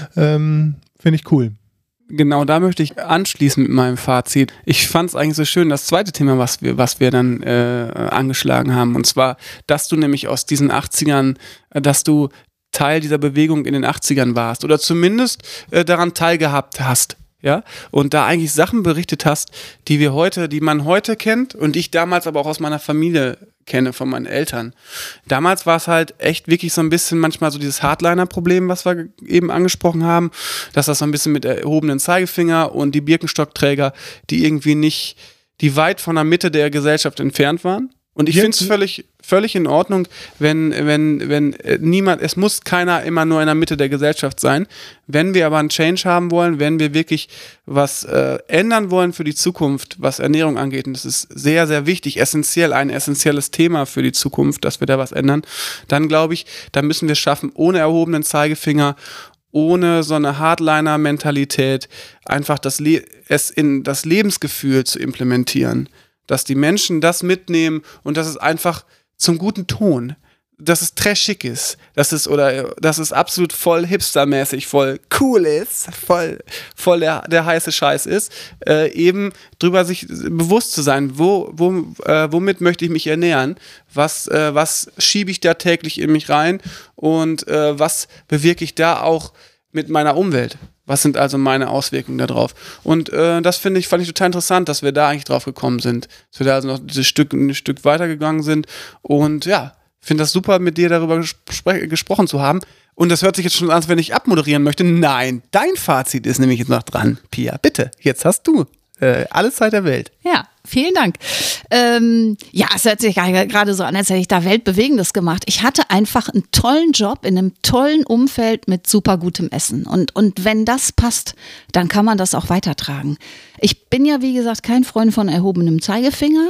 ähm, finde ich cool. Genau, da möchte ich anschließen mit meinem Fazit. Ich fand es eigentlich so schön, das zweite Thema, was wir, was wir dann äh, angeschlagen haben. Und zwar, dass du nämlich aus diesen achtzigern, äh, dass du Teil dieser Bewegung in den achtzigern warst oder zumindest äh, daran teilgehabt hast, ja, und da eigentlich Sachen berichtet hast, die wir heute, die man heute kennt und ich damals aber auch aus meiner Familie kenne, von meinen Eltern. Damals war es halt echt wirklich so ein bisschen manchmal so dieses Hardliner-Problem, was wir eben angesprochen haben, dass das so ein bisschen mit erhobenen Zeigefinger und die Birkenstockträger, die irgendwie nicht, die weit von der Mitte der Gesellschaft entfernt waren. Und ich finde es völlig, völlig in Ordnung, wenn, wenn, wenn niemand, es muss keiner immer nur in der Mitte der Gesellschaft sein. Wenn wir aber einen Change haben wollen, wenn wir wirklich was äh, ändern wollen für die Zukunft, was Ernährung angeht, und das ist sehr, sehr wichtig, essentiell, ein essentielles Thema für die Zukunft, dass wir da was ändern, dann glaube ich, da müssen wir es schaffen, ohne erhobenen Zeigefinger, ohne so eine Hardliner-Mentalität, einfach das Le- es in das Lebensgefühl zu implementieren. Dass die Menschen das mitnehmen und dass es einfach zum guten Ton, dass es trashig ist, dass es oder dass es absolut voll hipstermäßig, voll cool ist, voll, voll der, der heiße Scheiß ist, äh, eben drüber sich bewusst zu sein, wo, wo, äh, womit möchte ich mich ernähren, was, äh, was schiebe ich da täglich in mich rein und äh, was bewirke ich da auch mit meiner Umwelt. Was sind also meine Auswirkungen darauf? Und äh, das finde ich, fand ich total interessant, dass wir da eigentlich drauf gekommen sind. Dass wir da also noch dieses Stück, ein Stück weitergegangen sind. Und ja, finde das super, mit dir darüber gespr- gesprochen zu haben. Und das hört sich jetzt schon an, als wenn ich abmoderieren möchte. Nein, dein Fazit ist nämlich jetzt noch dran, Pia. Bitte, jetzt hast du äh, alle Zeit der Welt. Ja, vielen Dank. Ähm, ja, es hört sich gerade so an, als hätte ich da Weltbewegendes gemacht. Ich hatte einfach einen tollen Job in einem tollen Umfeld mit super gutem Essen. Und, und wenn das passt, dann kann man das auch weitertragen. Ich bin ja, wie gesagt, kein Freund von erhobenem Zeigefinger.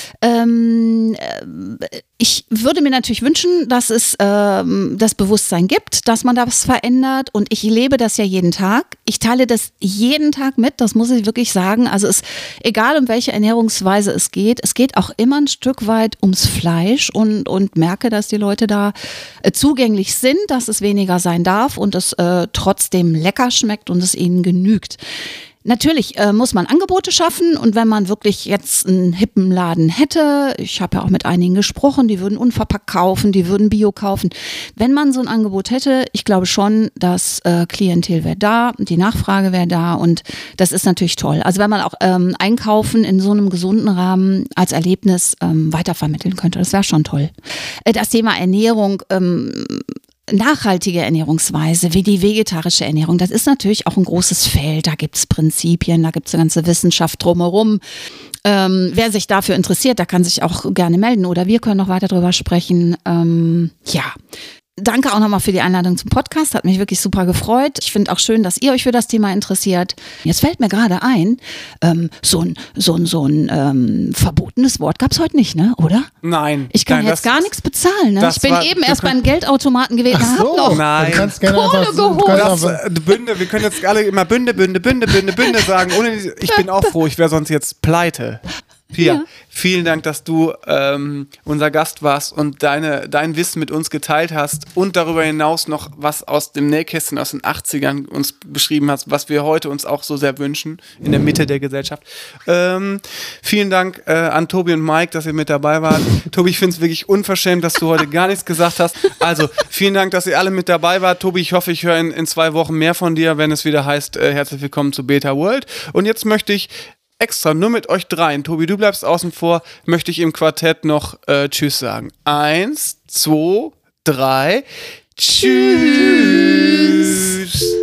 Ähm, ich würde mir natürlich wünschen, dass es ähm, das Bewusstsein gibt, dass man das verändert. Und ich lebe das ja jeden Tag. Ich teile das jeden Tag mit, das muss ich wirklich sagen. Also es, egal um welche Ernährungsweise es geht, es geht auch immer ein Stück weit ums Fleisch und, und merke, dass die Leute da äh, zugänglich sind, dass es weniger sein darf und es äh, trotzdem lecker schmeckt und es ihnen genügt. Natürlich äh, muss man Angebote schaffen und wenn man wirklich jetzt einen hippen Laden hätte, ich habe ja auch mit einigen gesprochen, die würden unverpackt kaufen, die würden Bio kaufen. Wenn man so ein Angebot hätte, ich glaube schon, das äh, Klientel wäre da, die Nachfrage wäre da und das ist natürlich toll. Also wenn man auch ähm, Einkaufen in so einem gesunden Rahmen als Erlebnis ähm, weitervermitteln könnte, das wäre schon toll. Äh, das Thema Ernährung, ähm, nachhaltige Ernährungsweise, wie die vegetarische Ernährung, das ist natürlich auch ein großes Feld. Da gibt es Prinzipien, da gibt es eine ganze Wissenschaft drumherum. Ähm, wer sich dafür interessiert, der kann sich auch gerne melden oder wir können noch weiter drüber sprechen. Ähm, ja. Danke auch nochmal für die Einladung zum Podcast, hat mich wirklich super gefreut. Ich finde auch schön, dass ihr euch für das Thema interessiert. Jetzt fällt mir gerade ein, ähm, so ein, so ein, so ein ähm, verbotenes Wort gab es heute nicht, ne? Oder? Nein. Ich kann nein, jetzt das, gar nichts bezahlen, ne? Ich bin war, eben erst beim Geldautomaten gewesen, Ach so, hab noch nein. Du kannst gerne Kohle einfach, geholt. du kannst Das, einfach, äh, Bünde, wir können jetzt alle immer Bünde, Bünde, Bünde, Bünde, Bünde sagen. Ohne die, ich bin auch froh, ich wäre sonst jetzt pleite. Pia, ja. Vielen Dank, dass du ähm, unser Gast warst und deine, dein Wissen mit uns geteilt hast und darüber hinaus noch was aus dem Nähkästchen aus den achtzigern uns beschrieben hast, was wir heute uns auch so sehr wünschen, in der Mitte der Gesellschaft. Ähm, vielen Dank äh, an Tobi und Mike, dass ihr mit dabei wart. Tobi, ich finde es wirklich unverschämt, dass du heute gar nichts gesagt hast. Also, vielen Dank, dass ihr alle mit dabei wart. Tobi, ich hoffe, ich höre in, in zwei Wochen mehr von dir, wenn es wieder heißt, äh, herzlich willkommen zu Beta World. Und jetzt möchte ich extra nur mit euch dreien, Tobi, du bleibst außen vor, möchte ich im Quartett noch äh, Tschüss sagen. Eins, zwei, drei, Tschüss.